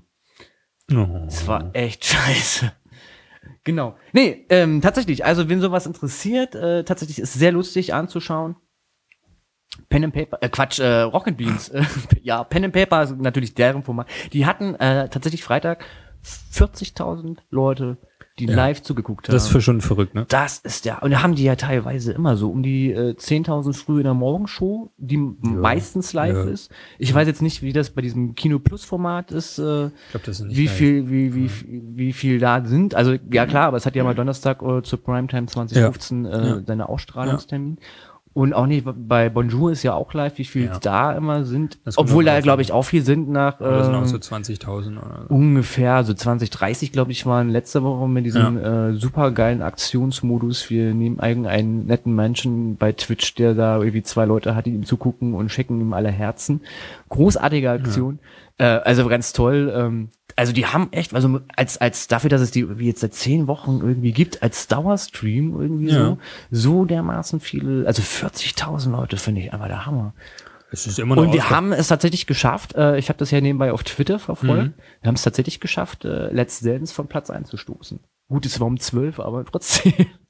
Es war echt scheiße. Genau. Nee, tatsächlich, also wen sowas interessiert, tatsächlich ist sehr lustig anzuschauen. Pen and Paper, Rocket Beans. Ja, Pen and Paper ist natürlich deren Format. Die hatten tatsächlich Freitag 40.000 Leute, die live zugeguckt haben. Das ist schon verrückt, ne? Das ist und da haben die ja teilweise immer so um die 10.000 früh in der Morgenshow, die meistens live ist. Ich weiß jetzt nicht, wie das bei diesem Kino Plus Format ist, ich glaube, das ist nicht wie viel da sind. Also ja klar, aber es hat ja mal Donnerstag zur Primetime 2015 seine Ausstrahlungstermin. Und auch nicht, bei Bonjour ist ja auch live, wie viel da immer sind. Obwohl da, glaube ich, auch viel sind nach... das sind auch so 20.000 oder so. Ungefähr, so 20, 30, glaube ich, waren letzte Woche mit diesem supergeilen Aktionsmodus. Wir nehmen einen netten Menschen bei Twitch, der da irgendwie 2 Leute hat, die ihm zugucken und schenken ihm alle Herzen. Großartige Aktion. Also ganz toll. Also die haben echt, also als dafür, dass es die wie jetzt seit 10 Wochen irgendwie gibt, als Dauerstream irgendwie so dermaßen viele, also 40.000 Leute finde ich einfach der Hammer. Es ist immer noch und wir haben es tatsächlich geschafft, ich habe das ja nebenbei auf Twitter verfolgt, wir haben es tatsächlich geschafft, Let's Dance von Platz 1 zu stoßen. Gut, es war um 12, aber trotzdem.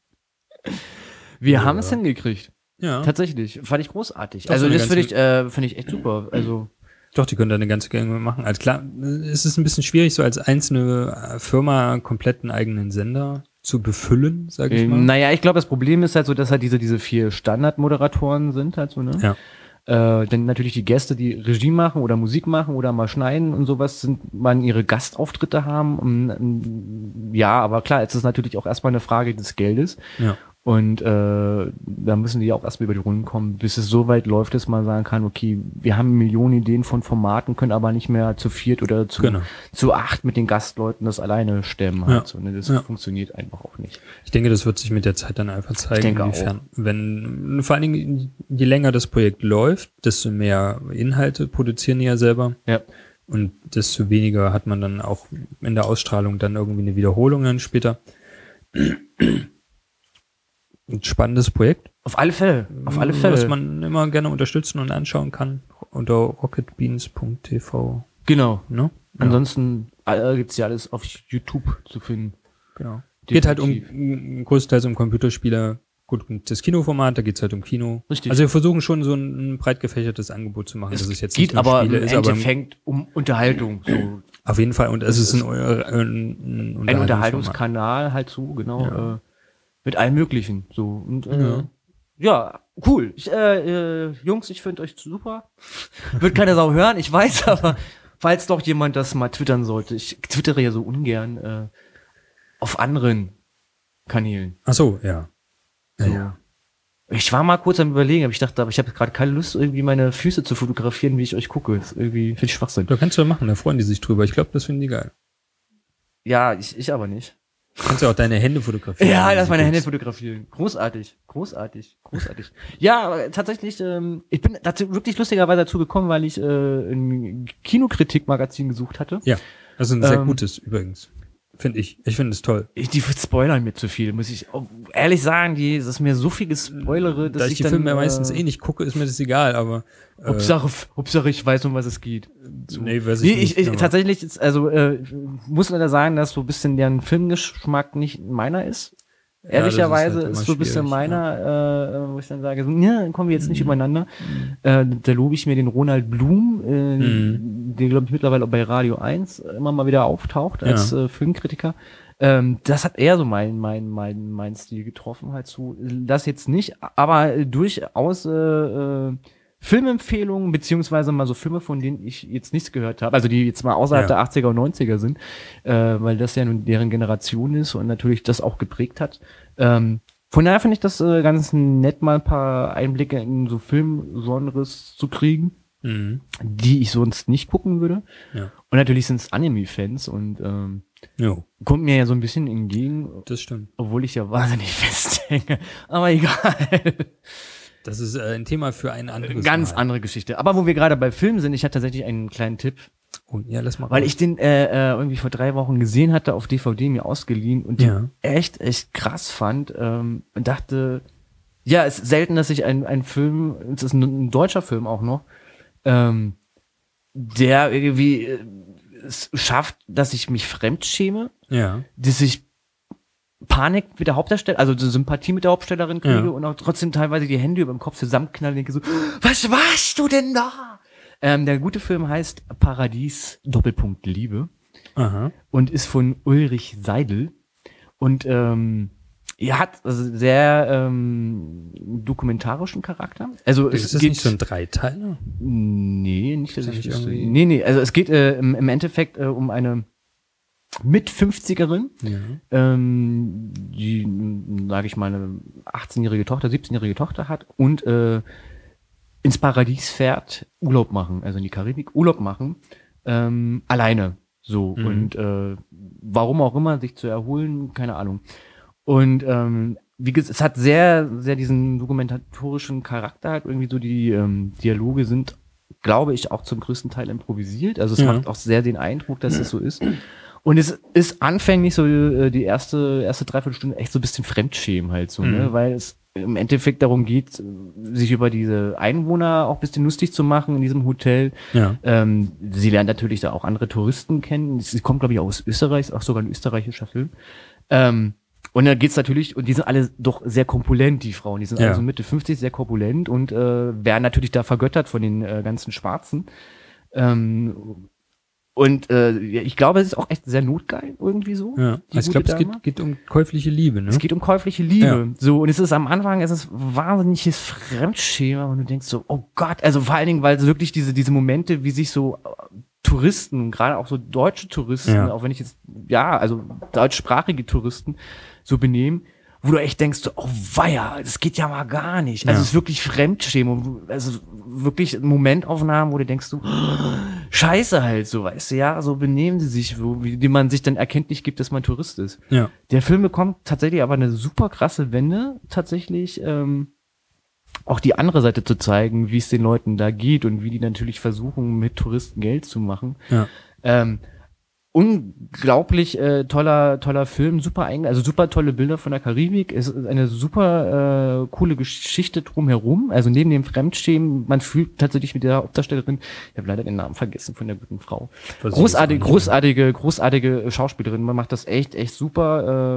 Wir haben es hingekriegt. Ja. Tatsächlich. Fand ich großartig. Also das finde ich echt super. Also doch, die können da eine ganze Menge machen. Also klar, es ist ein bisschen schwierig, so als einzelne Firma komplett einen eigenen Sender zu befüllen, sage ich mal. Naja, ich glaube, das Problem ist halt so, dass halt diese 4 Standardmoderatoren sind halt so, ne? Ja. Denn natürlich die Gäste, die Regie machen oder Musik machen oder mal schneiden und sowas, man ihre Gastauftritte haben. Ja, aber klar, es ist natürlich auch erstmal eine Frage des Geldes. Ja. Und da müssen die auch erstmal über die Runden kommen, bis es so weit läuft, dass man sagen kann, okay, wir haben Millionen Ideen von Formaten, können aber nicht mehr zu 4 oder zu 8 mit den Gastleuten das alleine stemmen. Halt so, ne? Das funktioniert einfach auch nicht. Ich denke, das wird sich mit der Zeit dann einfach zeigen, inwiefern. Wenn, vor allen Dingen, je länger das Projekt läuft, desto mehr Inhalte produzieren die ja selber. Ja. Und desto weniger hat man dann auch in der Ausstrahlung dann irgendwie eine Wiederholung dann später. Ein spannendes Projekt. Auf alle Fälle. Was man immer gerne unterstützen und anschauen kann unter rocketbeans.tv. Genau. Ne? Ja. Ansonsten gibt's ja alles auf YouTube zu finden. Genau. Geht halt größtenteils um Computerspiele. Gut, das Kinoformat, da geht's halt um Kino. Richtig. Also wir versuchen schon so ein breit gefächertes Angebot zu machen. Es ist jetzt geht aber im Endeffekt um Unterhaltung. So. Auf jeden Fall. Und es ist ein Unterhaltungskanal halt so, genau. Ja. Mit allem Möglichen. So. Und ja, cool. Jungs, ich finde euch super. Wird keine Sau hören, ich weiß, aber falls doch jemand das mal twittern sollte, ich twittere ja so ungern auf anderen Kanälen. Ach so, ja. So. Ja. Ich war mal kurz am Überlegen, aber ich dachte, ich habe gerade keine Lust, irgendwie meine Füße zu fotografieren, wie ich euch gucke. Das ist irgendwie, finde ich Schwachsinn. Da kannst du ja machen, da freuen die sich drüber. Ich glaube, das finden die geil. Ja, ich aber nicht. Kannst du auch deine Hände fotografieren? Ja, lass meine Hände fotografieren. Großartig. Ja, tatsächlich, ich bin wirklich lustigerweise dazu gekommen, weil ich ein Kinokritik-Magazin gesucht hatte. Ja, das ist ein sehr gutes übrigens. Finde ich. Ich finde es toll. Die spoilern mir zu viel, muss ich ehrlich sagen. Das ist mir so viel gespoilere, dass da ich die Filme ja meistens nicht gucke, ist mir das egal, aber Hauptsache ich weiß, um was es geht. So. Nee, weiß ich nicht. Tatsächlich, muss leider sagen, dass so ein bisschen deren Filmgeschmack nicht meiner ist. Ehrlicherweise ist so ein bisschen meiner, wo ich dann sage, dann kommen wir jetzt nicht übereinander. Da lobe ich mir den Ronald Blum, der, glaube ich, mittlerweile auch bei Radio 1 immer mal wieder auftaucht als Filmkritiker. Das hat eher so mein Stil getroffen, halt so. Das jetzt nicht, aber durchaus Filmempfehlungen, beziehungsweise mal so Filme, von denen ich jetzt nichts gehört habe, also die jetzt mal außerhalb der 80er und 90er sind, weil das ja nun deren Generation ist und natürlich das auch geprägt hat. Von daher finde ich das ganz nett, mal ein paar Einblicke in so Filmgenres zu kriegen, die ich sonst nicht gucken würde. Ja. Und natürlich sind es Anime-Fans und kommt mir ja so ein bisschen entgegen. Das stimmt. Obwohl ich ja wahnsinnig festhänge. Aber egal. Das ist ein Thema für ein anderes Ganz andere Geschichte. Aber wo wir gerade bei Filmen sind, ich hatte tatsächlich einen kleinen Tipp. Oh, ja, lass mal raus. Weil ich den irgendwie vor 3 Wochen gesehen hatte, auf DVD mir ausgeliehen und den echt krass fand und dachte, ja, es ist selten, dass ich einen Film, es ist ein deutscher Film auch noch, der irgendwie es schafft, dass ich mich fremdschäme, dass ich Panik mit der Hauptdarstellerin, also Sympathie mit der Hauptdarstellerin kriege und auch trotzdem teilweise die Hände über dem Kopf zusammenknallen und denke so, was warst du denn da? Der gute Film heißt Paradies Liebe und ist von Ulrich Seidel und er hat sehr dokumentarischen Charakter. Also ist das nicht so ein Dreiteiler? Nee, nicht dass ich nee, also es geht im Endeffekt um eine mit 50erin, die, sage ich mal, eine 18-jährige Tochter, 17-jährige Tochter hat und ins Paradies fährt, Urlaub machen, also in die Karibik, Urlaub machen, alleine. So. Und warum auch immer, sich zu erholen, keine Ahnung. Und wie gesagt, es hat sehr, sehr diesen dokumentatorischen Charakter, halt irgendwie so die Dialoge sind, glaube ich, auch zum größten Teil improvisiert. Also es macht auch sehr den Eindruck, dass es so ist. Und es ist anfänglich so die erste Dreiviertelstunde echt so ein bisschen Fremdschämen halt so, ne? Weil es im Endeffekt darum geht, sich über diese Einwohner auch ein bisschen lustig zu machen in diesem Hotel. Ja. Sie lernt natürlich da auch andere Touristen kennen. Sie kommt, glaube ich, aus Österreich, ist auch sogar ein österreichischer Film. Und da geht's natürlich, und die sind alle doch sehr korpulent, die Frauen. Die sind alle so Mitte 50, sehr korpulent und werden natürlich da vergöttert von den ganzen Schwarzen. Und ich glaube, es ist auch echt sehr notgeil irgendwie so. Ja. Also ich glaube, es geht um käufliche Liebe, ne? Es geht um käufliche Liebe. So, und es ist am Anfang, es ist wahnsinniges Fremdschema und du denkst so, oh Gott, also vor allen Dingen, weil es wirklich diese Momente, wie sich so Touristen, gerade auch so deutsche Touristen, auch wenn ich jetzt, also deutschsprachige Touristen so benehmen, wo du echt denkst, oh weia, das geht ja mal gar nicht. Also es ist wirklich Fremdschämen, also wirklich Momentaufnahmen, wo du denkst, so, scheiße halt so, weißt du, ja, so benehmen sie sich, wie man sich dann erkenntlich gibt, dass man Tourist ist. Ja. Der Film bekommt tatsächlich aber eine super krasse Wende, tatsächlich, auch die andere Seite zu zeigen, wie es den Leuten da geht und wie die natürlich versuchen, mit Touristen Geld zu machen. Ja. Unglaublich toller Film, also super tolle Bilder von der Karibik. Es ist eine super coole Geschichte drumherum. Also neben dem Fremdschämen, man fühlt tatsächlich mit der Hauptdarstellerin, ich habe leider den Namen vergessen von der guten Frau. Großartige Schauspielerin. Man macht das echt super.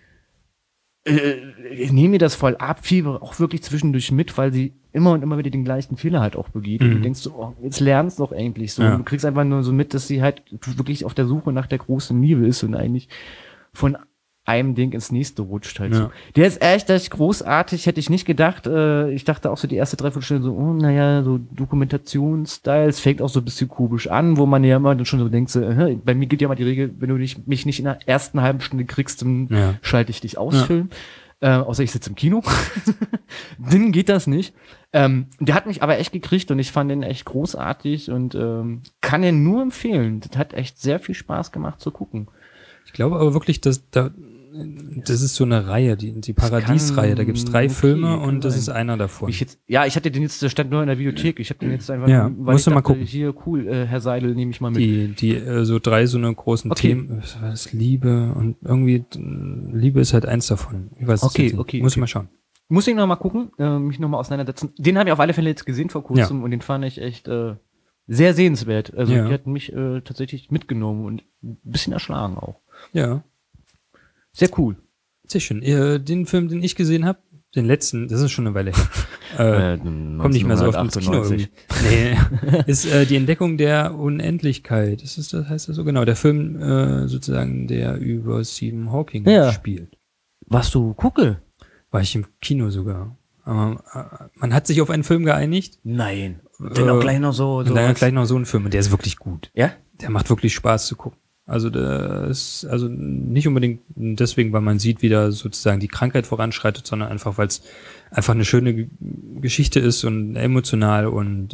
Ich nehme mir das voll ab, fieber auch wirklich zwischendurch mit, weil sie immer und immer wieder den gleichen Fehler halt auch begeht. Und du denkst so, oh, jetzt lernst du doch endlich so. Und du kriegst einfach nur so mit, dass sie halt wirklich auf der Suche nach der großen Liebe ist und eigentlich von einem Ding ins nächste rutscht halt so. Der ist echt großartig, hätte ich nicht gedacht. Ich dachte auch so die erste Dreiviertelstunde so, so Dokumentationsstyle, es fängt auch so ein bisschen komisch an, wo man ja immer dann schon so denkt, so, bei mir gilt ja mal die Regel, wenn du mich nicht in der ersten halben Stunde kriegst, dann schalte ich dich aus, Film. Außer ich sitze im Kino. Dann geht das nicht. Der hat mich aber echt gekriegt und ich fand den echt großartig und kann den nur empfehlen. Das hat echt sehr viel Spaß gemacht zu gucken. Ich glaube aber wirklich, dass das ist so eine Reihe, die Paradies-Reihe. Da gibt's 3 Filme und das ist einer davon. Ich hatte den jetzt, der stand nur in der Videothek. Ich habe den jetzt einfach, weil musst du mal gucken. Hier, cool, Herr Seidel, nehme ich mal mit. Die so 3 so eine großen Themen, was ist Liebe und irgendwie Liebe ist halt eins davon. Ich weiß es jetzt nicht. Muss ich mal schauen. Muss ich noch mal gucken, mich noch mal auseinandersetzen. Den habe ich auf alle Fälle jetzt gesehen vor kurzem und den fand ich echt sehr sehenswert. Also die hat mich tatsächlich mitgenommen und ein bisschen erschlagen auch. Ja. Sehr cool. Sehr schön. Den Film, den ich gesehen habe, den letzten, das ist schon eine Weile her. Kommt nicht mehr so oft ins Kino irgendwie. Nee. Ist die Entdeckung der Unendlichkeit. Heißt das so? Genau, der Film sozusagen, der über Stephen Hawking spielt. Was du gucke? War ich im Kino sogar. Man hat sich auf einen Film geeinigt. Nein. Dann auch gleich noch so. Und dann gleich noch so ein Film. Und der ist wirklich gut. Ja? Der macht wirklich Spaß zu gucken. Also das ist also nicht unbedingt deswegen, weil man sieht, wie da sozusagen die Krankheit voranschreitet, sondern einfach, weil es einfach eine schöne Geschichte ist und emotional und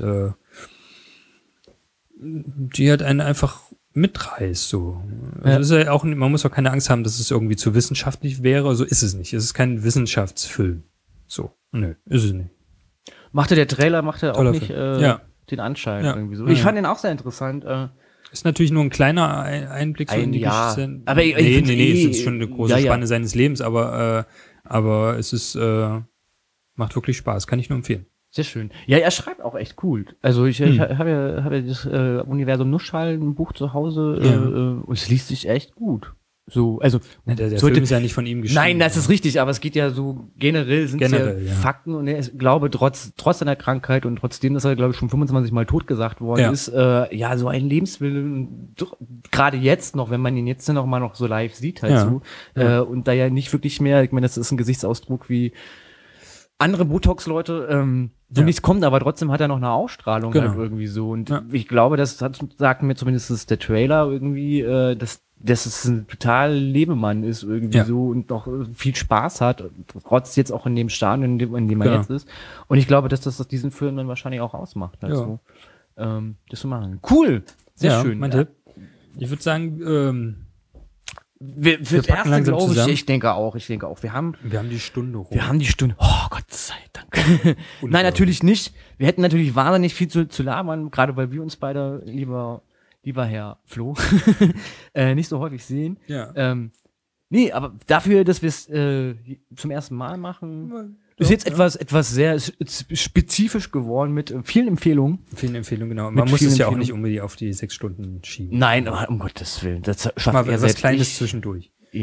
die hat einen einfach mitreißt so. Also das ist ja auch, man muss auch keine Angst haben, dass es irgendwie zu wissenschaftlich wäre. So ist es nicht. Es ist kein Wissenschaftsfilm. So, nö, ist es nicht. Der Trailer machte Toller auch nicht den Anschein irgendwie so. Ich fand den auch sehr interessant. Ist natürlich nur ein kleiner Einblick so in die Geschichte. Aber nee, es ist schon eine große Spanne seines Lebens, aber es ist macht wirklich Spaß, kann ich nur empfehlen. Sehr schön. Ja, er schreibt auch echt cool. Also ich habe ja das Universum Nussschall, ein Buch zu Hause und es liest sich echt gut. So, also der Film ist ja nicht von ihm geschrieben. Nein, das ist richtig, aber es geht ja so generell sind Fakten und ich glaube trotz seiner Krankheit und trotzdem, dass er glaube ich schon 25 Mal totgesagt worden ist, so ein Lebenswillen, gerade jetzt noch, wenn man ihn jetzt noch mal noch so live sieht halt so und da ja nicht wirklich mehr, ich meine, das ist ein Gesichtsausdruck wie andere Botox-Leute, nichts kommt, aber trotzdem hat er noch eine Ausstrahlung halt irgendwie so und ich glaube, das sagt mir zumindest der Trailer irgendwie, dass es ein total Lebemann ist irgendwie so und noch viel Spaß hat, trotz jetzt auch in dem Stadion, in dem er jetzt ist. Und ich glaube, dass das diesen Film dann wahrscheinlich auch ausmacht. Also, das zu machen. Cool! Sehr schön. Mein Tipp. Ich würde sagen, wir packen langsam zusammen. Ich denke auch. Wir haben die Stunde rum. Oh Gott sei Dank. Nein, natürlich nicht. Wir hätten natürlich wahnsinnig viel zu labern, gerade weil wir uns beide, lieber Herr Flo, nicht so häufig sehen. Ja. Nee, aber dafür, dass wir es zum ersten Mal machen, ist jetzt etwas sehr spezifisch geworden mit vielen Empfehlungen. Genau. Man muss es ja auch nicht unbedingt auf die 6 Stunden schieben. Nein, um Gottes Willen. Das schafft mal er was Kleines zwischendurch. Eben.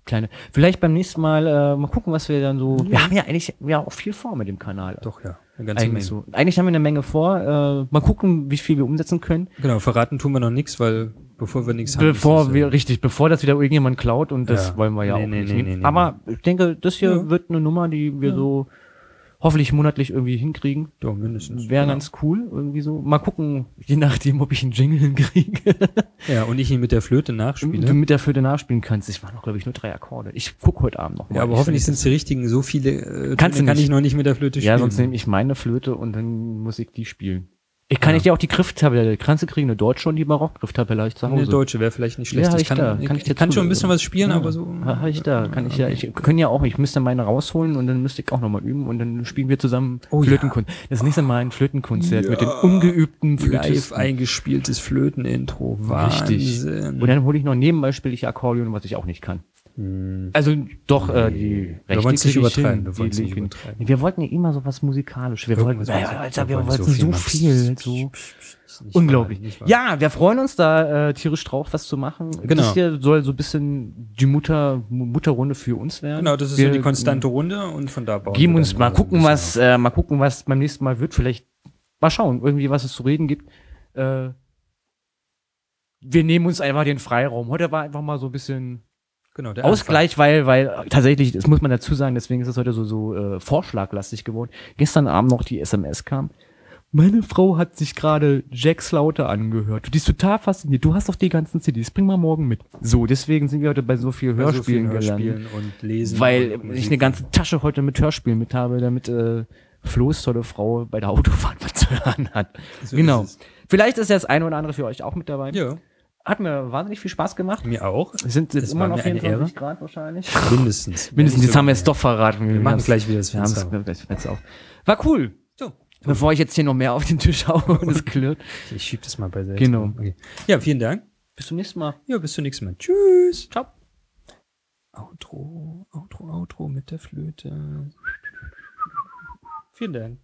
kleine. Vielleicht beim nächsten Mal mal gucken, was wir dann so. Wir haben ja eigentlich auch viel vor mit dem Kanal. Doch, ja. Eine ganze Menge. So. Eigentlich haben wir eine Menge vor. Mal gucken, wie viel wir umsetzen können. Genau, verraten tun wir noch nichts, weil bevor wir nichts haben. Bevor das wieder irgendjemand klaut und das wollen wir ja auch nicht. Nee. Aber ich denke, das hier wird eine Nummer, die wir so hoffentlich monatlich irgendwie hinkriegen. Ja, mindestens. Wäre ganz cool, irgendwie so. Mal gucken, je nachdem, ob ich einen Jingle hinkriege. Ja, und ich ihn mit der Flöte nachspiele. Du mit der Flöte nachspielen kannst. Ich war noch, glaube ich, nur 3 Akkorde. Ich gucke heute Abend noch mal. Ja, aber hoffentlich sind es die richtigen. So viele kann ich noch nicht mit der Flöte spielen. Ja, sonst nehme ich meine Flöte und dann muss ich die spielen. Ich kann dir auch die Grifftabelle, kannst du kriegen, eine deutsche und die Barock-Grifftabelle habe ich zu Hause. Eine deutsche wäre vielleicht nicht schlecht. Ja, ich kann schon ein bisschen was spielen, aber so. Habe ich da, kann ich ja. Ich müsste meine rausholen und dann müsste ich auch nochmal üben und dann spielen wir zusammen Flötenkunst. Das nächste Mal ein Flötenkonzert mit den ungeübten live eingespieltes Flötenintro. Wahnsinn. Richtig. Und dann hole ich noch nebenbei spiele ich Akkordeon, was ich auch nicht kann. Also doch, die rechte. Wir wollen es nicht übertreiben. Wir wollten ja immer so was Musikalisches. Wir wollten so viel. So unglaublich. Ja, wir freuen uns da tierisch drauf, was zu machen. Genau. Das hier soll so ein bisschen die Mutterrunde für uns werden. Genau, das ist so die konstante Runde und von da bauen geben uns mal gucken, was beim nächsten Mal wird. Vielleicht mal schauen, irgendwie was es zu reden gibt. Wir nehmen uns einfach den Freiraum. Heute war einfach mal so ein bisschen der Ausgleich, weil tatsächlich, das muss man dazu sagen, deswegen ist es heute so vorschlaglastig geworden. Gestern Abend noch die SMS kam. Meine Frau hat sich gerade Jack Slaughter angehört. Die ist total fasziniert. Du hast doch die ganzen CDs. Bring mal morgen mit. So, deswegen sind wir heute bei so viel Hörspielen gelandet. Und lesen. Weil ich eine ganze Tasche heute mit Hörspielen mit habe, damit Flo's tolle Frau bei der Autofahrt was zu hören hat. So genau. Vielleicht ist ja das eine oder andere für euch auch mit dabei. Ja. Hat mir wahnsinnig viel Spaß gemacht. Mir auch. Sind jetzt immer noch 24 Grad wahrscheinlich. Mindestens. Jetzt haben wir es doch verraten. Wir machen gleich wieder das Fenster auf. War cool. So. Bevor ich jetzt hier noch mehr auf den Tisch haue und es klirrt. Ich schieb das mal beiseite. Genau. Okay. Ja, vielen Dank. Bis zum nächsten Mal. Ja, bis zum nächsten Mal. Tschüss. Ciao. Outro mit der Flöte. Vielen Dank.